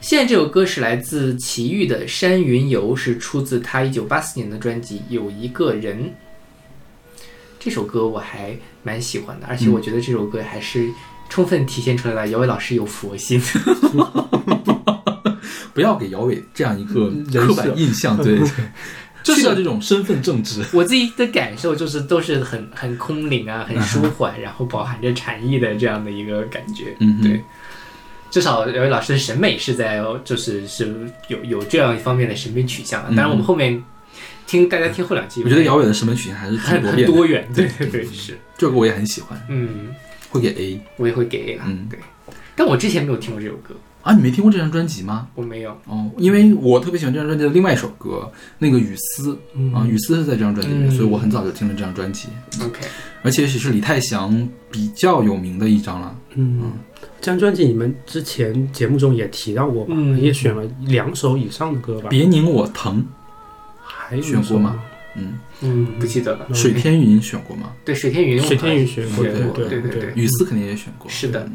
现在这首歌是来自齐豫的《山云游》，是出自他1984年的专辑《有一个人》。这首歌我还蛮喜欢的，而且我觉得这首歌还是充分体现出来了姚伟老师有佛心。 不要给姚伟这样一个刻板印象，对，去掉这种身份政治。 我自己的感受就是都是很空灵啊，很舒缓，然后饱含着禅意的这样的一个感觉。对，至少姚伟老师的审美是在是有这样一方面的审美取向的。当然我们后面大家听后2期， 我觉得姚伟的审美取向还是很多元。对，是这个我也很喜欢。会给 A， 我也会给 A 啦。对，但我之前没有听过这首歌。 啊，你没听过这张专辑吗？ 我没有。 哦，因为我特别喜欢这张专辑的另外一首歌，那个《雨丝》啊，《雨丝》是在这张专辑里面，所以我很早就听了这张专辑。 OK， 而且也是李泰祥比较有名的一张了。 这张专辑你们之前节目中也提到过吧？也选了2首以上的歌吧？ 别拧我疼， 还选过吗？ 不记得了。 水天云选过吗？ 对，水天云选过， 对， 雨丝肯定也选过。 是的，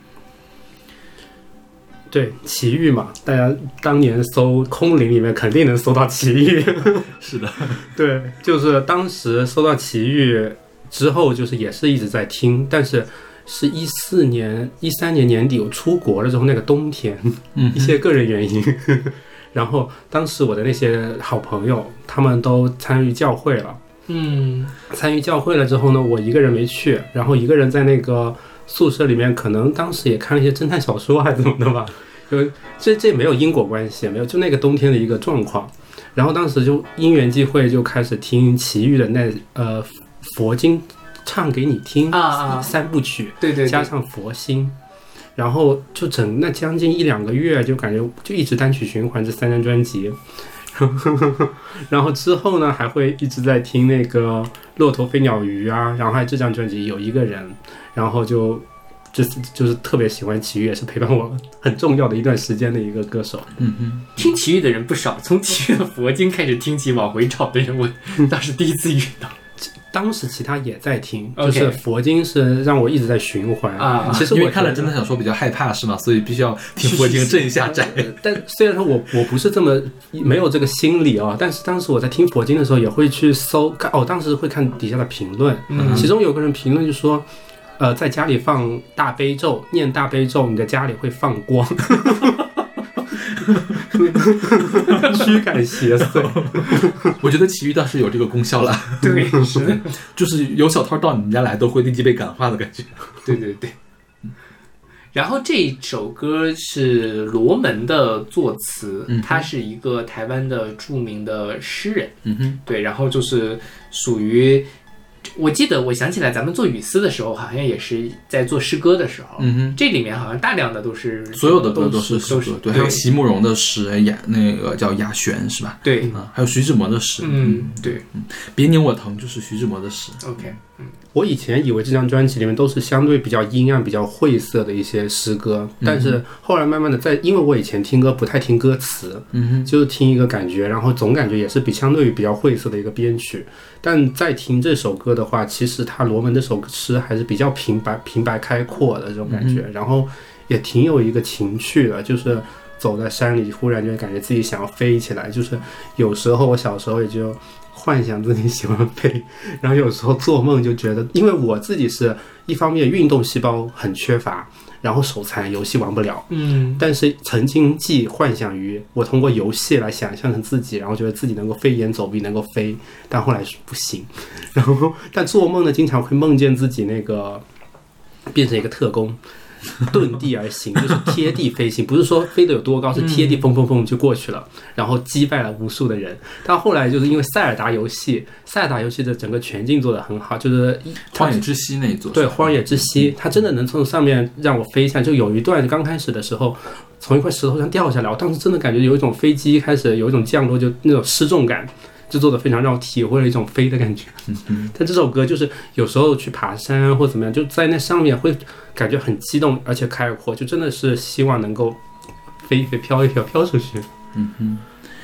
对，齐豫嘛，大家当年搜空灵里面肯定能搜到齐豫。 是的， 对，就是当时搜到齐豫之后，就是也是一直在听，但是是13年年底我出国了之后那个冬天，一些个人原因，然后当时我的那些好朋友他们都参与教会了，参与教会了之后呢，我一个人没去，然后一个人在那个宿舍里面，可能当时也看了一些侦探小说还是怎么的吧，这没有因果关系，没有，就那个冬天的一个状况。然后当时就因缘际会就开始听齐豫的佛经唱给你听3部曲， 对， 加上佛心，然后就那将近1-2个月，就感觉就一直单曲循环这3张专辑。然后之后呢，还会一直在听那个骆驼飞鸟鱼啊，然后还有这张专辑有一个人，然后就是特别喜欢齐豫，也是陪伴我很重要的一段时间的一个歌手。 听齐豫的人不少，从齐豫的佛经开始听起，往回找的人我倒是第一次遇到。 当时其他也在听，就是佛经是让我一直在循环啊。其实因为看了侦探小说比较害怕是吗？所以必须要听佛经镇一下宅。 但虽然说我不是这么没有这个心理啊，但是当时我在听佛经的时候也会去搜当时会看底下的评论，其中有个人评论就说，在家里放大悲咒，念大悲咒，你的家里会放光。驱赶邪祟。 我觉得齐豫倒是有这个功效了。 对，是， 就是有小偷到你们家来都会立即被感化的感觉。 对。然后这首歌是罗门的作词，他是一个台湾的著名的诗人。对，然后就是属于。我记得，我想起来，咱们做雨丝的时候，好像也是在做诗歌的时候。这里面好像大量的都是所有的歌都是诗歌，对，还有席慕容的诗，那个叫雅璇是吧？ 对， 还有徐志摩的诗。 对， 别拧我疼就是徐志摩的诗。 OK， 我以前以为这张专辑里面都是相对比较阴暗、比较晦涩的一些诗歌，但是后来慢慢的因为我以前听歌不太听歌词，就是听一个感觉，然后总感觉也是相对于比较晦涩的一个编曲。但在听这首歌的话，其实他罗门这首诗还是比较平白开阔的这种感觉，然后也挺有一个情趣的，就是走在山里，忽然就感觉自己想要飞起来。就是有时候我小时候也就幻想自己喜欢飞，然后有时候做梦就觉得，因为我自己是一方面运动细胞很缺乏，然后手残，游戏玩不了，但是曾经既幻想于我通过游戏来想象成自己，然后觉得自己能够飞檐走壁，能够飞，但后来是不行。然后但做梦呢，经常会梦见自己那个变成一个特工，遁地而行，就是贴地飞行，不是说飞得有多高，是贴地砰砰砰就过去了，然后击败了无数的人。但后来就是因为塞尔达游戏的整个全境做得很好，就是荒野之息那一座， 对，荒野之息，它真的能从上面让我飞下。就有一段刚开始的时候，从一块石头上掉下来，我当时真的感觉有一种飞机开始有一种降落，就那种失重感。就做的非常让我体会了一种飞的感觉。但这首歌就是有时候去爬山或怎么样，就在那上面会感觉很激动而且开阔，就真的是希望能够飞一飞飘一飘飘出去。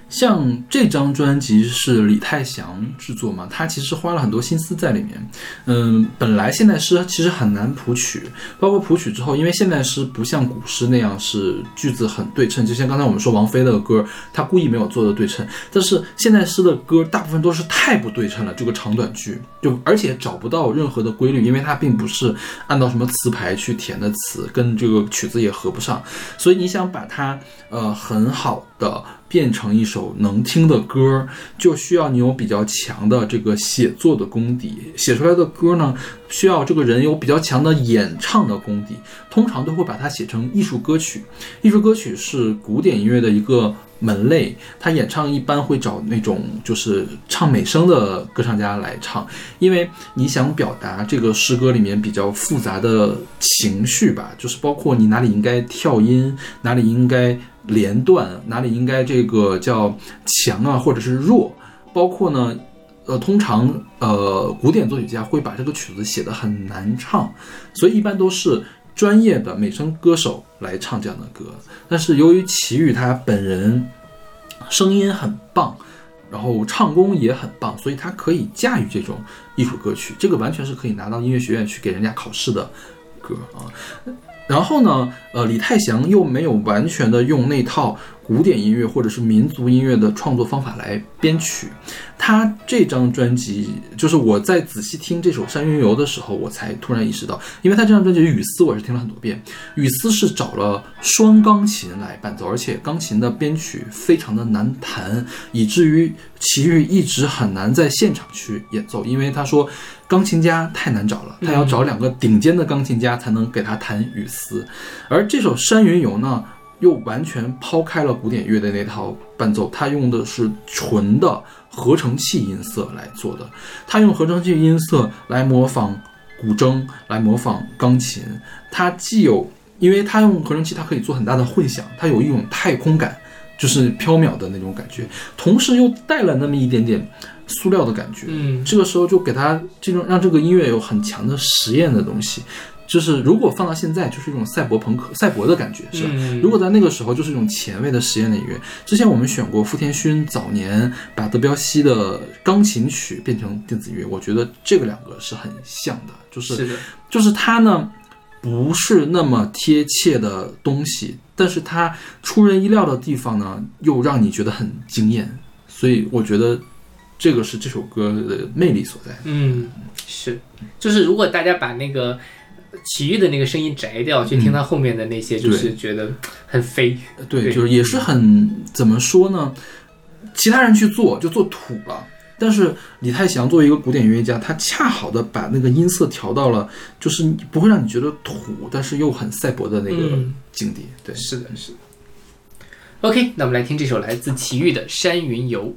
像这张专辑是李泰祥制作嘛，他其实花了很多心思在里面。本来现代诗其实很难谱曲，包括谱曲之后，因为现代诗不像古诗那样是句子很对称，就像刚才我们说王菲的歌，他故意没有做的对称，但是现代诗的歌大部分都是太不对称了，这个长短句而且找不到任何的规律，因为它并不是按照什么词牌去填的词，跟这个曲子也合不上，所以你想把它很好的变成一首能听的歌，就需要你有比较强的这个写作的功底，写出来的歌呢，需要这个人有比较强的演唱的功底，通常都会把它写成艺术歌曲。艺术歌曲是古典音乐的一个门类，他演唱一般会找那种就是唱美声的歌唱家来唱，因为你想表达这个诗歌里面比较复杂的情绪吧，就是包括你哪里应该跳音，哪里应该连段，哪里应该这个叫强啊或者是弱，包括呢通常古典作曲家会把这个曲子写得很难唱，所以一般都是专业的美声歌手来唱这样的歌。但是由于齐豫他本人声音很棒，然后唱功也很棒，所以他可以驾驭这种艺术歌曲，这个完全是可以拿到音乐学院去给人家考试的歌啊。然后呢，李泰祥又没有完全的用那套古典音乐或者是民族音乐的创作方法来编曲。他这张专辑，就是我在仔细听这首《山云游》的时候，我才突然意识到，因为他这张专辑雨丝我是听了很多遍，雨丝是找了双钢琴来伴奏，而且钢琴的编曲非常的难弹，以至于齐豫一直很难在现场去演奏，因为他说钢琴家太难找了，他要找2个顶尖的钢琴家才能给他弹雨丝。而这首《山云游》呢，又完全抛开了古典乐的那套伴奏，他用的是纯的合成器音色来做的，他用合成器音色来模仿古筝，来模仿钢琴，他既有，因为他用合成器，它可以做很大的混响，它有一种太空感，就是飘渺的那种感觉，同时又带了那么一点点塑料的感觉。这个时候就给他这种让这个音乐有很强的实验的东西，就是如果放到现在就是一种赛博朋克赛博的感觉，是吧？如果在那个时候就是一种前卫的实验的音乐。之前我们选过傅天勋早年把德彪西的钢琴曲变成电子音乐，我觉得这个2个是很像的，就是它呢不是那么贴切的东西，但是它出人意料的地方呢又让你觉得很惊艳，所以我觉得这个是这首歌的魅力所在。 是，就是如果大家把那个齐豫的那个声音摘掉，去听他后面的那些，就是觉得很飞。 对，就是也是很怎么说呢？其他人去做就做土了，但是李泰祥作为一个古典音乐家，他恰好的把那个音色调到了，就是不会让你觉得土，但是又很赛博的那个境地。对， 是的，是的。OK， 那我们来听这首来自齐豫的《山云游》。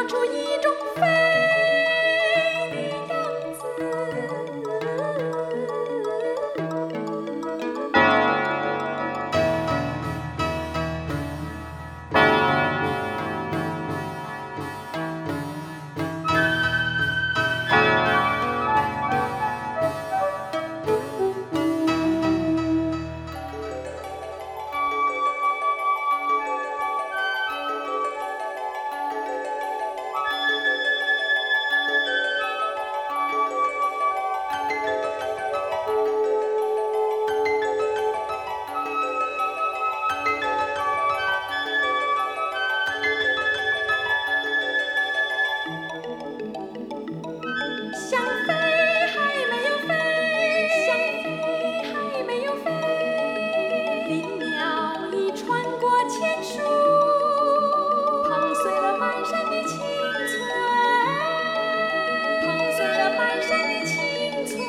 出一种飞的样子。想飞还没有飞，想飞还没有飞，林鸟已穿过千树，碰碎了满山的青翠，碰碎了满山的青翠。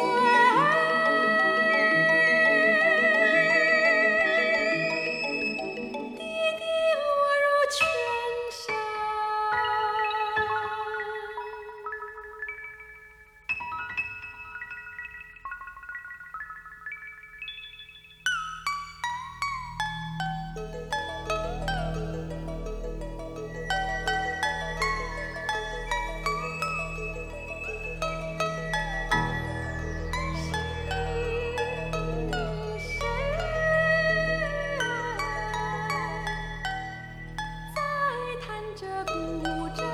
跌跌落入泉山。在弹着古筝，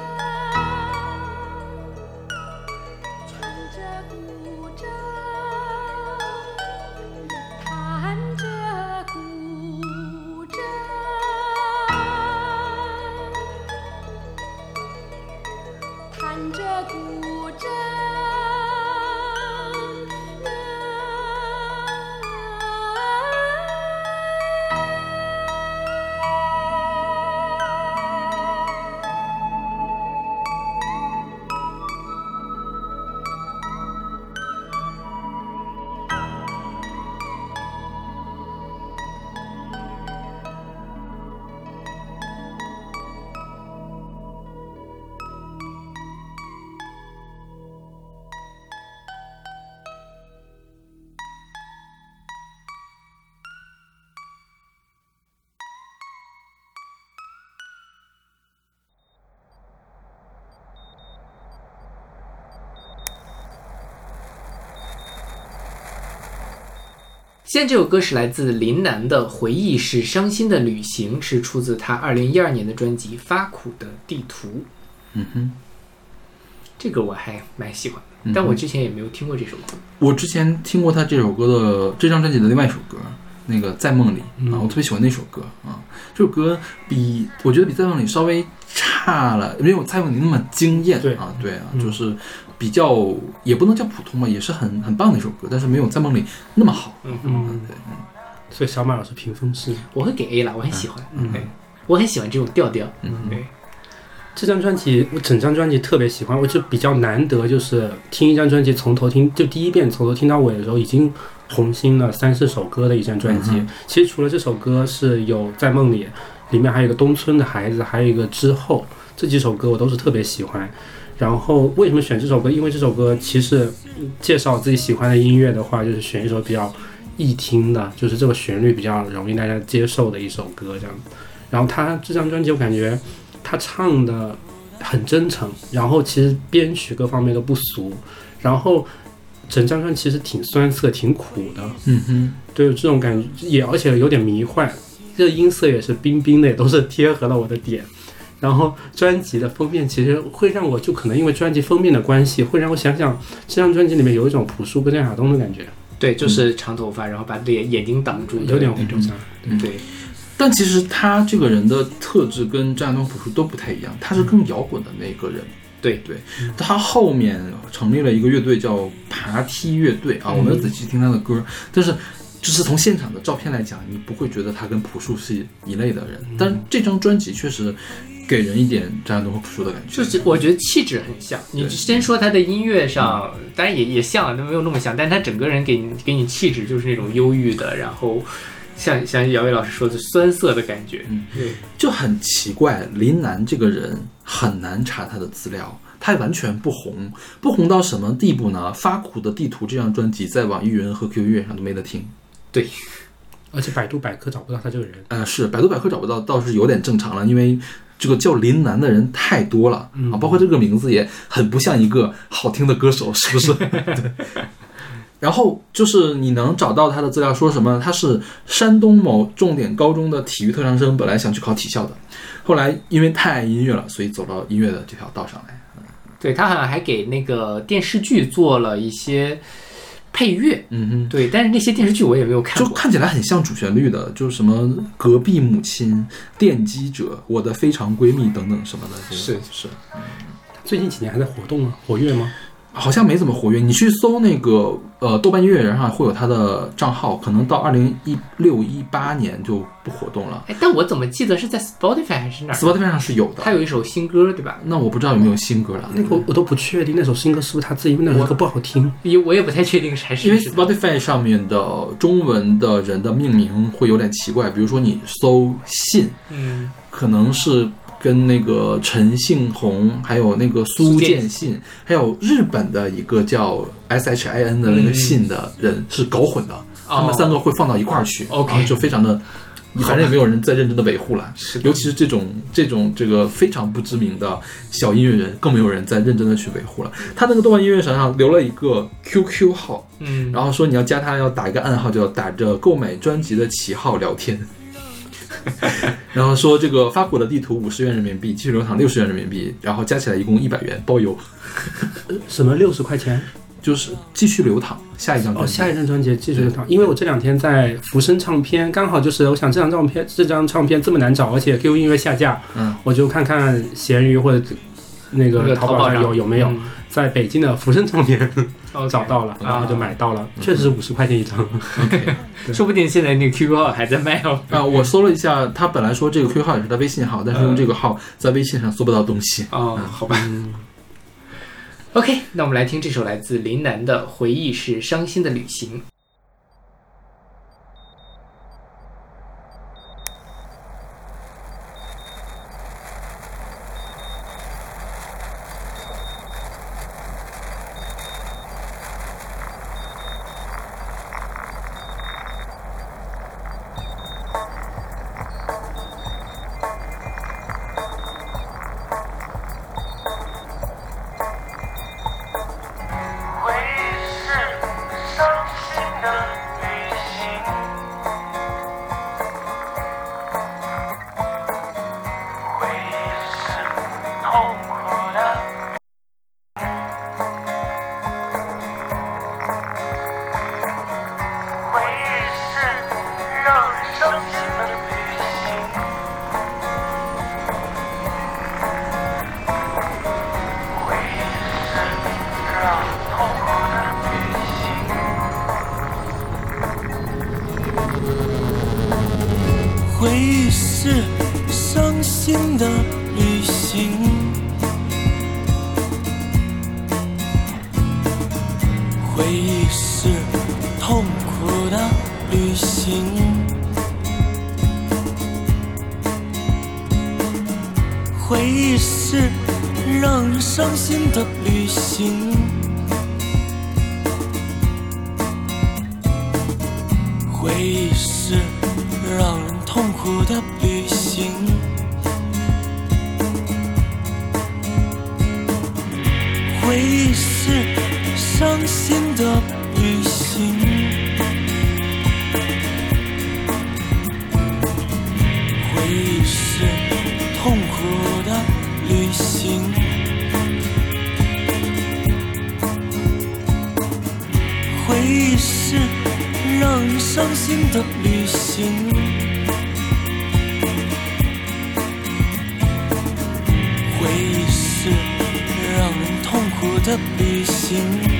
唱着古筝，弹着古筝，弹着古筝。 现在这首歌是来自林楠的《回忆是伤心的旅行》，是出自他2012年的专辑《发苦的地图》。 嗯哼， 这个我还蛮喜欢的，但我之前也没有听过这首歌。 我之前听过他这首歌的这张专辑的另外一首歌，那个在梦里啊，我特别喜欢那首歌啊。这首歌我觉得比在梦里稍微差了，没有在梦里那么惊艳啊。对啊，就是比较也不能叫普通吧，也是很棒的一首歌，但是没有在梦里那么好。对。 所以小马老师评分是？ 我会给 A 啦，我很喜欢。对，我很喜欢这种调调。对。 这张专辑，我整张专辑特别喜欢，我就比较难得，就是听一张专辑从头听，就第一遍从头听到尾的时候，已经红心了3-4首歌的一张专辑。其实除了这首歌是有在梦里，里面还有一个东村的孩子，还有一个之后，这几首歌我都是特别喜欢。然后为什么选这首歌？因为这首歌其实介绍自己喜欢的音乐的话，就是选一首比较易听的，就是这个旋律比较容易大家接受的一首歌这样。然后他这张专辑我感觉他唱的很真诚，然后其实编曲各方面都不俗，然后整张专辑其实挺酸涩挺苦的。对，这种感觉而且有点迷幻，这个音色也是冰冰的，也都是贴合了我的点。然后专辑的封面其实会让我，就可能因为专辑封面的关系，会让我想想这张专辑里面有一种朴树跟亮亚东的感觉。 对，就是长头发，然后把眼睛挡住， 有点那种对。 但其实他这个人的特质跟张亚东、朴树都不太一样，他是更摇滚的那个人。对，他后面成立了一个乐队叫爬梯乐队啊，我没有仔细听他的歌，但是就是从现场的照片来讲，你不会觉得他跟朴树是一类的人。但是这张专辑确实给人一点张亚东和朴树的感觉， 就是我觉得气质很像。你先说他的音乐上，当然也像，但没有那么像，但他整个人给你气质就是那种忧郁的，然后像姚伟老师说的酸涩的感觉。对， 就很奇怪，林楠这个人很难查他的资料，他完全不红到什么地步呢？发苦的地图这张专辑在网易云和 QQ 音乐上都没得听。 对， 而且百度百科找不到他这个人。 是百度百科找不到倒是有点正常了，因为这个叫林楠的人太多了啊，包括这个名字也很不像一个好听的歌手，是不是？对。然后就是你能找到他的资料，说什么他是山东某重点高中的体育特长生，本来想去考体校的，后来因为太爱音乐了，所以走到音乐的这条道上来。 对，他好像还给那个电视剧做了一些配乐。对，但是那些电视剧我也没有看过， 就看起来很像主旋律的，就是什么隔壁母亲、奠基者、我的非常闺蜜等等什么的。 是。 最近几年还在活动吗？活跃吗？ 好像没怎么活跃，你去搜那个豆瓣音乐人上会有他的账号，可能到2016-18年就不活动了。 但我怎么记得是在 Spotify 还是哪儿 ？Spotify 上是有的， 他有一首新歌，对吧？ 那我不知道有没有新歌了。 那个我都不确定，那首新歌是不是他自己？那首歌不好听， 我也不太确定还是因为 Spotify 上面的中文的人的命名会有点奇怪，比如说你搜信，可能是跟那个陈幸红，还有那个苏建信，还有日本的一个叫 SHIN 的那个信的人是搞混的，他们三个会放到一块儿去，然后就非常的，反正也没有人在认真的维护了，尤其是这种这个非常不知名的小音乐人，更没有人在认真的去维护了。他那个豆瓣音乐上留了一个 QQ 号，然后说你要加他要打一个暗号，就要打着购买专辑的旗号聊天。然后说这个发苦的地图50元人民币，继续流淌60元人民币，然后加起来一共100元包邮。 什么60块钱？ 就是继续流淌下一张专辑。 下一张专辑继续流淌。因为我这2天在福生唱片，刚好就是我想这张唱片这么难找，而且 QQ 音乐下架，我就看看闲鱼或者那个淘宝上有没有。在北京的福生唱片找到了，然后就买到了，确实是50块钱一张。 OK， 说不定现在那个 QQ 号还在卖哦。 我搜了一下，他本来说这个 QQ 号也是他微信号，但是用这个号在微信上搜不到东西。 好吧。OK， 那我们来听这首来自林楠的《回忆是伤心的旅行》。 回忆是伤心的旅行，回忆是痛苦的旅行，回忆是让人伤心的旅行，回忆是让人痛苦的旅行，回忆是伤心的旅行，回忆是痛苦的旅行，回忆是让人伤心的旅行，回忆是让人痛苦的旅行。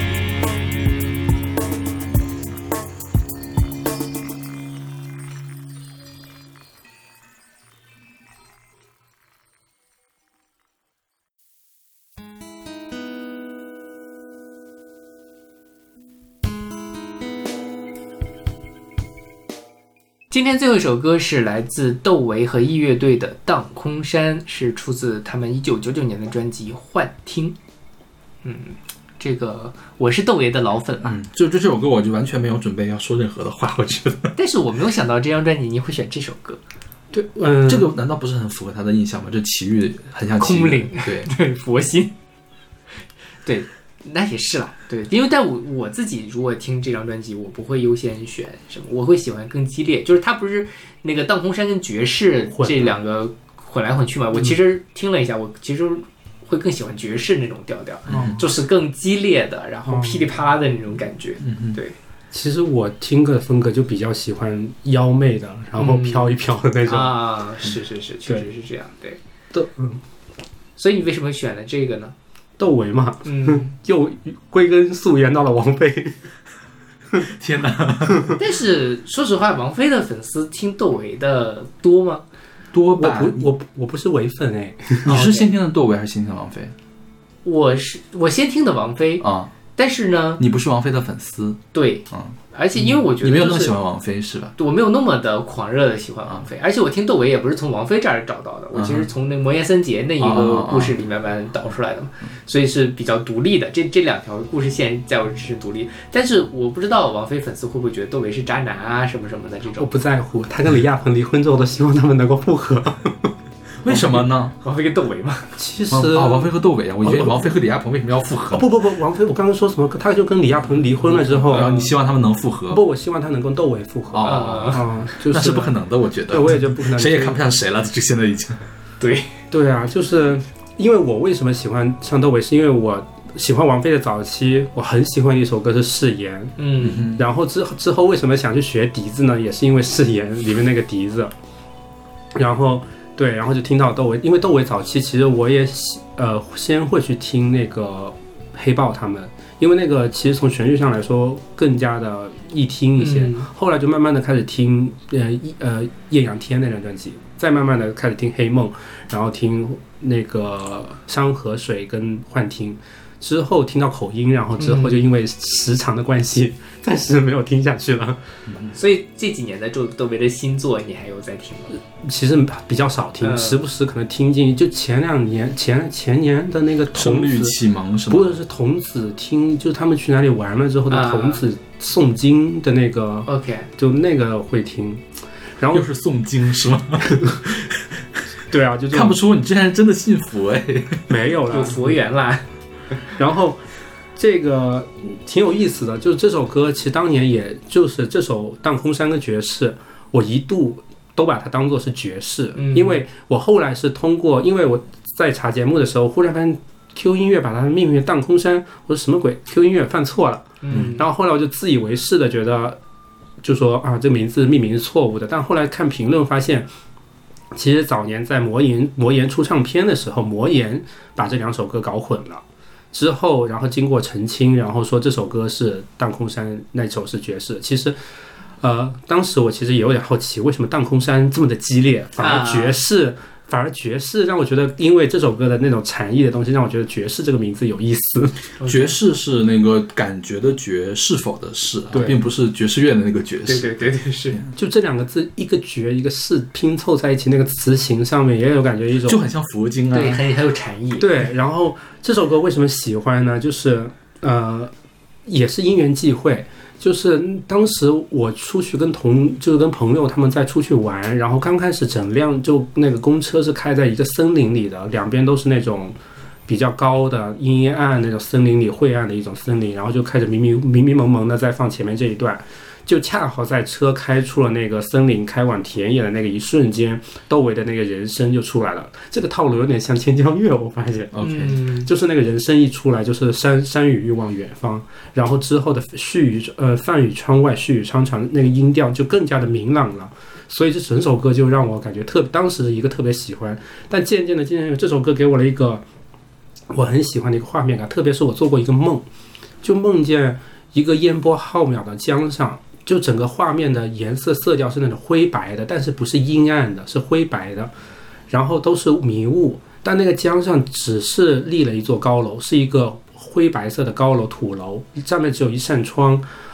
今天最后一首歌是来自窦唯和易乐队的《荡空山》，是出自他们1999年的专辑《幻听》。这个我是窦唯的老粉了， 就这首歌我就完全没有准备要说任何的话，我觉得。 但是我没有想到这张专辑你会选这首歌。 对， 这个难道不是很符合他的印象吗？这奇遇很像奇遇空灵， 对对，佛心，对，那也是啦，对，因为但我自己如果听这张专辑，我不会优先选什么，我会喜欢更激烈，就是它不是那个荡空山跟爵士这两个混来混去嘛，我其实听了一下，我其实会更喜欢爵士那种调调，就是更激烈的，然后噼里啪啦的那种感觉，对。 其实我听歌的风格就比较喜欢妖媚的，然后飘一飘的那种啊，是，确实是这样，对。所以你为什么选了这个呢？ 窦唯嘛，又归根溯源到了王菲。 天哪！ 但是说实话，王菲的粉丝听窦唯的多吗？ 多吧。 我不是唯粉哎。 你是先听的窦唯还是先听的王菲？ 我先听的王菲啊。 但是呢， 你不是王菲的粉丝， 对，而且因为我觉得、 你没有那么喜欢王菲是吧？ 我没有那么的狂热的喜欢王菲，而且我听窦唯也不是从王菲这儿找到的，我其实从那个魔岩三杰那一个故事里慢慢导出来的嘛，所以是比较独立的。这两条故事线在我这是独立，但是我不知道王菲粉丝会不会觉得窦唯是渣男啊什么什么的这种。 我不在乎，他跟李亚鹏离婚之后，都希望他们能够复合。 为什么呢？ 王菲跟窦唯嘛， 其实王菲和窦唯啊，我以为王菲和李亚鹏为什么要复合？ 不，王菲，我刚刚说什么？他就跟李亚鹏离婚了之后， 然后你希望他们能复合？ 不，我希望他能跟窦唯复合。就是那是不可能的，我觉得。 对，我也觉得不可能。 谁也看不上谁了，就现在已经。 对啊，就是因为我为什么喜欢上窦唯，是因为我喜欢王菲的早期，我很喜欢的一首歌是《誓言》。然后之后为什么想去学笛子呢？也是因为《誓言》里面那个笛子。然后就听到窦唯，因为窦唯早期其实我也先会去听那个黑豹他们，因为那个其实从旋律上来说更加的易听一些。后来就慢慢的开始听艳阳天那张专辑，再慢慢的开始听黑梦，然后听那个山河水跟幻听。之后听到口音，然后之后就因为时长的关系，暂时没有听下去了。 所以这几年的窦唯的新作，你还有在听吗？ 其实比较少听，时不时可能听进。就前年的那个声律启蒙是吗？ 不是童子听，就是他们去哪里玩了之后的童子诵经的那个 ，OK， 就那个会听。然后又是诵经是吗？ 对啊，就看不出你之前真的信佛哎， 没有了， 有佛缘啦。 然后这个挺有意思的，就是这首歌其实当年也就是这首《荡空山》跟爵士，我一度都把它当作是爵士，因为我后来是通过，因为我在查节目的时候，忽然发现 Q 音乐把它命名为荡空山，我说什么鬼 ？Q 音乐犯错了，然后后来我就自以为是的觉得，就说啊这名字命名是错误的，但后来看评论发现。其实早年在魔岩出唱片的时候，魔岩把这两首歌搞混了，之后然后经过澄清，然后说这首歌是荡空山，那首是爵士。其实当时我其实也有点好奇，为什么荡空山这么的激烈，反而爵士让我觉得，因为这首歌的那种禅意的东西，让我觉得爵士这个名字有意思。 爵士是那个感觉的爵，是否的是，并不是爵士乐的那个爵士。 对，是。 就这两个字，一个爵一个士拼凑在一起，那个词形上面也有感觉一种， 就很像佛经啊， 对，很有禅意。 对，然后这首歌为什么喜欢呢？就是也是因缘际会。就是当时我出去跟朋友他们在出去玩，然后刚开始整辆就那个公车是开在一个森林里的，两边都是那种比较高的阴暗那种森林里晦暗的一种森林，然后就开始迷蒙蒙的在放前面这一段，就恰好在车开出了那个森林开往田野的那个一瞬间，窦唯的那个人声就出来了。这个套路有点像千江月，我发现 OK， 就是那个人声一出来就是山雨欲望远方，然后之后的泛雨窗外絮语苍长，那个音调就更加的明朗了，所以这整首歌就让我感觉当时一个特别喜欢。但渐渐的这首歌给我了一个我很喜欢的一个画面感，特别是我做过一个梦，就梦见一个烟波浩渺的江上，就整个画面的颜色色调是那种灰白的，但是不是阴暗的，是灰白的，然后都是迷雾，但那个江上只是立了一座高楼，是一个灰白色的高楼土楼，上面只有一扇窗，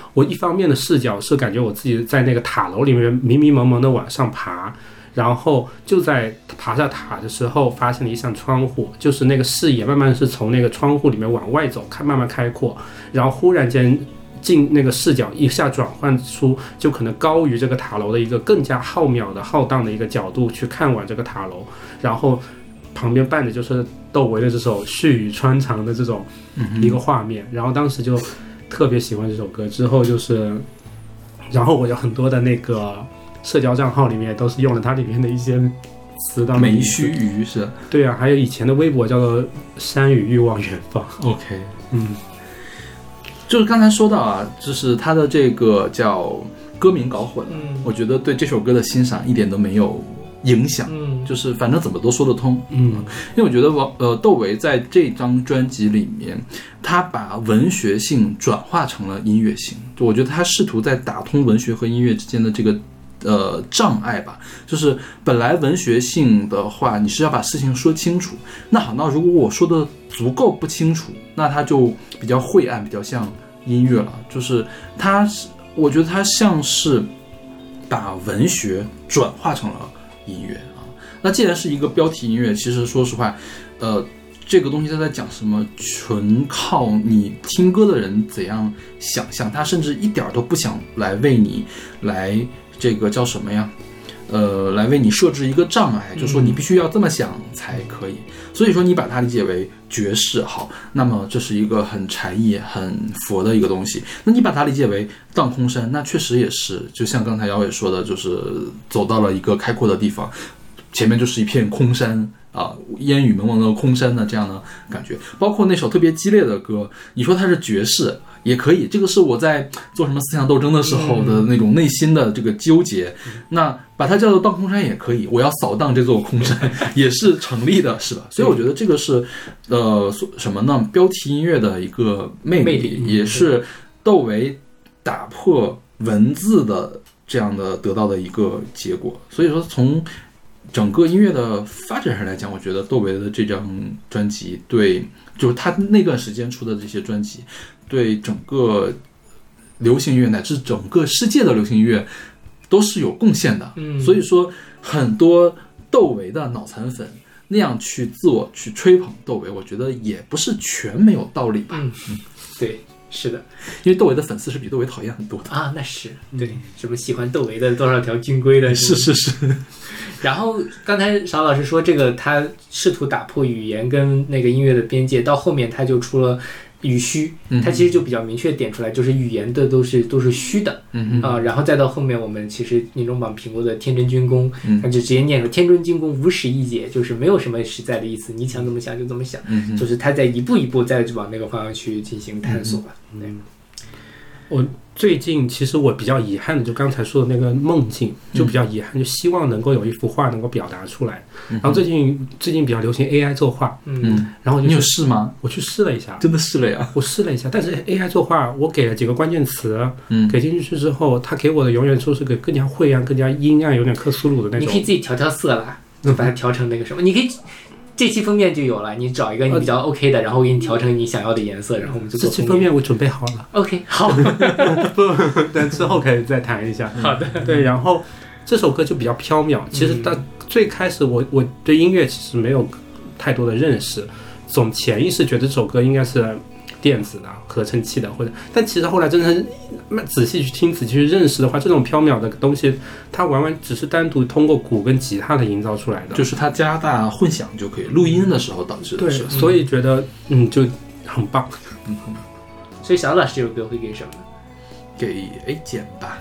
我一方面的视角是感觉我自己在那个塔楼里面迷迷蒙蒙的往上爬，然后就在爬下塔的时候发现了一扇窗户，就是那个视野慢慢是从那个窗户里面往外走，慢慢开阔，然后忽然间进那个视角一下转换出就可能高于这个塔楼的一个更加浩渺的浩荡的一个角度去看完这个塔楼，然后旁边伴的就是窦唯的这首絮语穿肠的这种一个画面，然后当时就特别喜欢这首歌。之后就是然后我有很多的那个社交账号里面都是用了它里面的一些词当梅须臾是， 对啊，还有以前的微博叫做山雨欲望远方。 OK， 就是刚才说到啊，就是他的这个叫歌名搞混了，我觉得对这首歌的欣赏一点都没有影响，就是反正怎么都说得通，因为我觉得窦唯在这张专辑里面，他把文学性转化成了音乐性，就我觉得他试图在打通文学和音乐之间的这个障碍吧，就是本来文学性的话，你是要把事情说清楚。那好，那如果我说的足够不清楚，那它就比较晦暗，比较像音乐了。就是我觉得它像是把文学转化成了音乐啊。那既然是一个标题音乐，其实说实话，这个东西它在讲什么，纯靠你听歌的人怎样想象，他甚至一点都不想来为你来这个叫什么呀？来为你设置一个障碍，就说你必须要这么想才可以。所以说你把它理解为爵士好，那么这是一个很禅意、很佛的一个东西。那你把它理解为荡空山，那确实也是，就像刚才姚伟说的，就是走到了一个开阔的地方，前面就是一片空山啊，烟雨蒙蒙的空山的这样的感觉。包括那首特别激烈的歌，你说它是爵士也可以，这个是我在做什么思想斗争的时候的那种内心的这个纠结，那把它叫做荡空山也可以，我要扫荡这座空山也是成立的，是吧？所以我觉得这个是什么呢？标题音乐的一个魅力，也是窦唯打破文字的这样的得到的一个结果。所以说从整个音乐的发展上来讲，我觉得窦唯的这张专辑就是他那段时间出的这些专辑，对整个流行音乐乃至整个世界的流行音乐都是有贡献的。所以说很多窦唯的脑残粉那样去自我去吹捧窦唯，我觉得也不是全没有道理吧。 对，是的， 因为窦唯的粉丝是比窦唯讨厌很多的啊，那是对，什么喜欢窦唯的多少条军规的， 是。 然后刚才邵老师说这个他试图打破语言跟那个音乐的边界，到后面他就出了语虚，他其实就比较明确点出来，就是语言的都是虚的，然后再到后面我们其实年终榜评过的天真军功，他就直接念说天真军功无实一解，就是没有什么实在的意思，你想怎么想就怎么想，就是他在一步一步再往那个方向去进行探索吧。 我最近其实我比较遗憾的，就刚才说的那个梦境，就比较遗憾，就希望能够有一幅画能够表达出来。然后最近比较流行 AI 作画，然后你有试吗？ 我去试了一下， 真的试了呀。 我试了一下，但是 AI 作画，我给了几个关键词，给进去之后，它给我的永远说是个更加晦暗、更加阴暗、有点克苏鲁的那种。 你可以自己调色啦，把它调成那个什么，你可以。这期封面就有了，你找一个你比较 OK 的，然后给你调成你想要的颜色，然后我们就做这期封面我准备好了。 OK， 好， 等之后可以再谈一下。 好的， 对，然后这首歌就比较飘渺。其实它最开始我对音乐其实没有太多的认识，总潜意识觉得这首歌应该是电子的、合成器的，但其实后来真正仔细去听、仔细去认识的话，这种飘渺的东西，它完全只是单独通过鼓跟吉他的营造出来的， 就是它加大混响就可以，录音的时候导致的。 对，所以觉得就很棒。 所以小老师这首歌会给什么？ 给 A 减吧。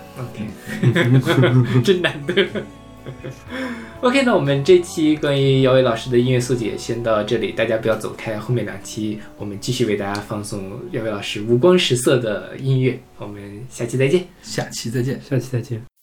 OK， 真难得。OK， 那我们这期关于姚伟老师的音乐速解先到这里，大家不要走开，后面2期我们继续为大家放送姚伟老师五光十色的音乐，我们下期再见。 下期再见。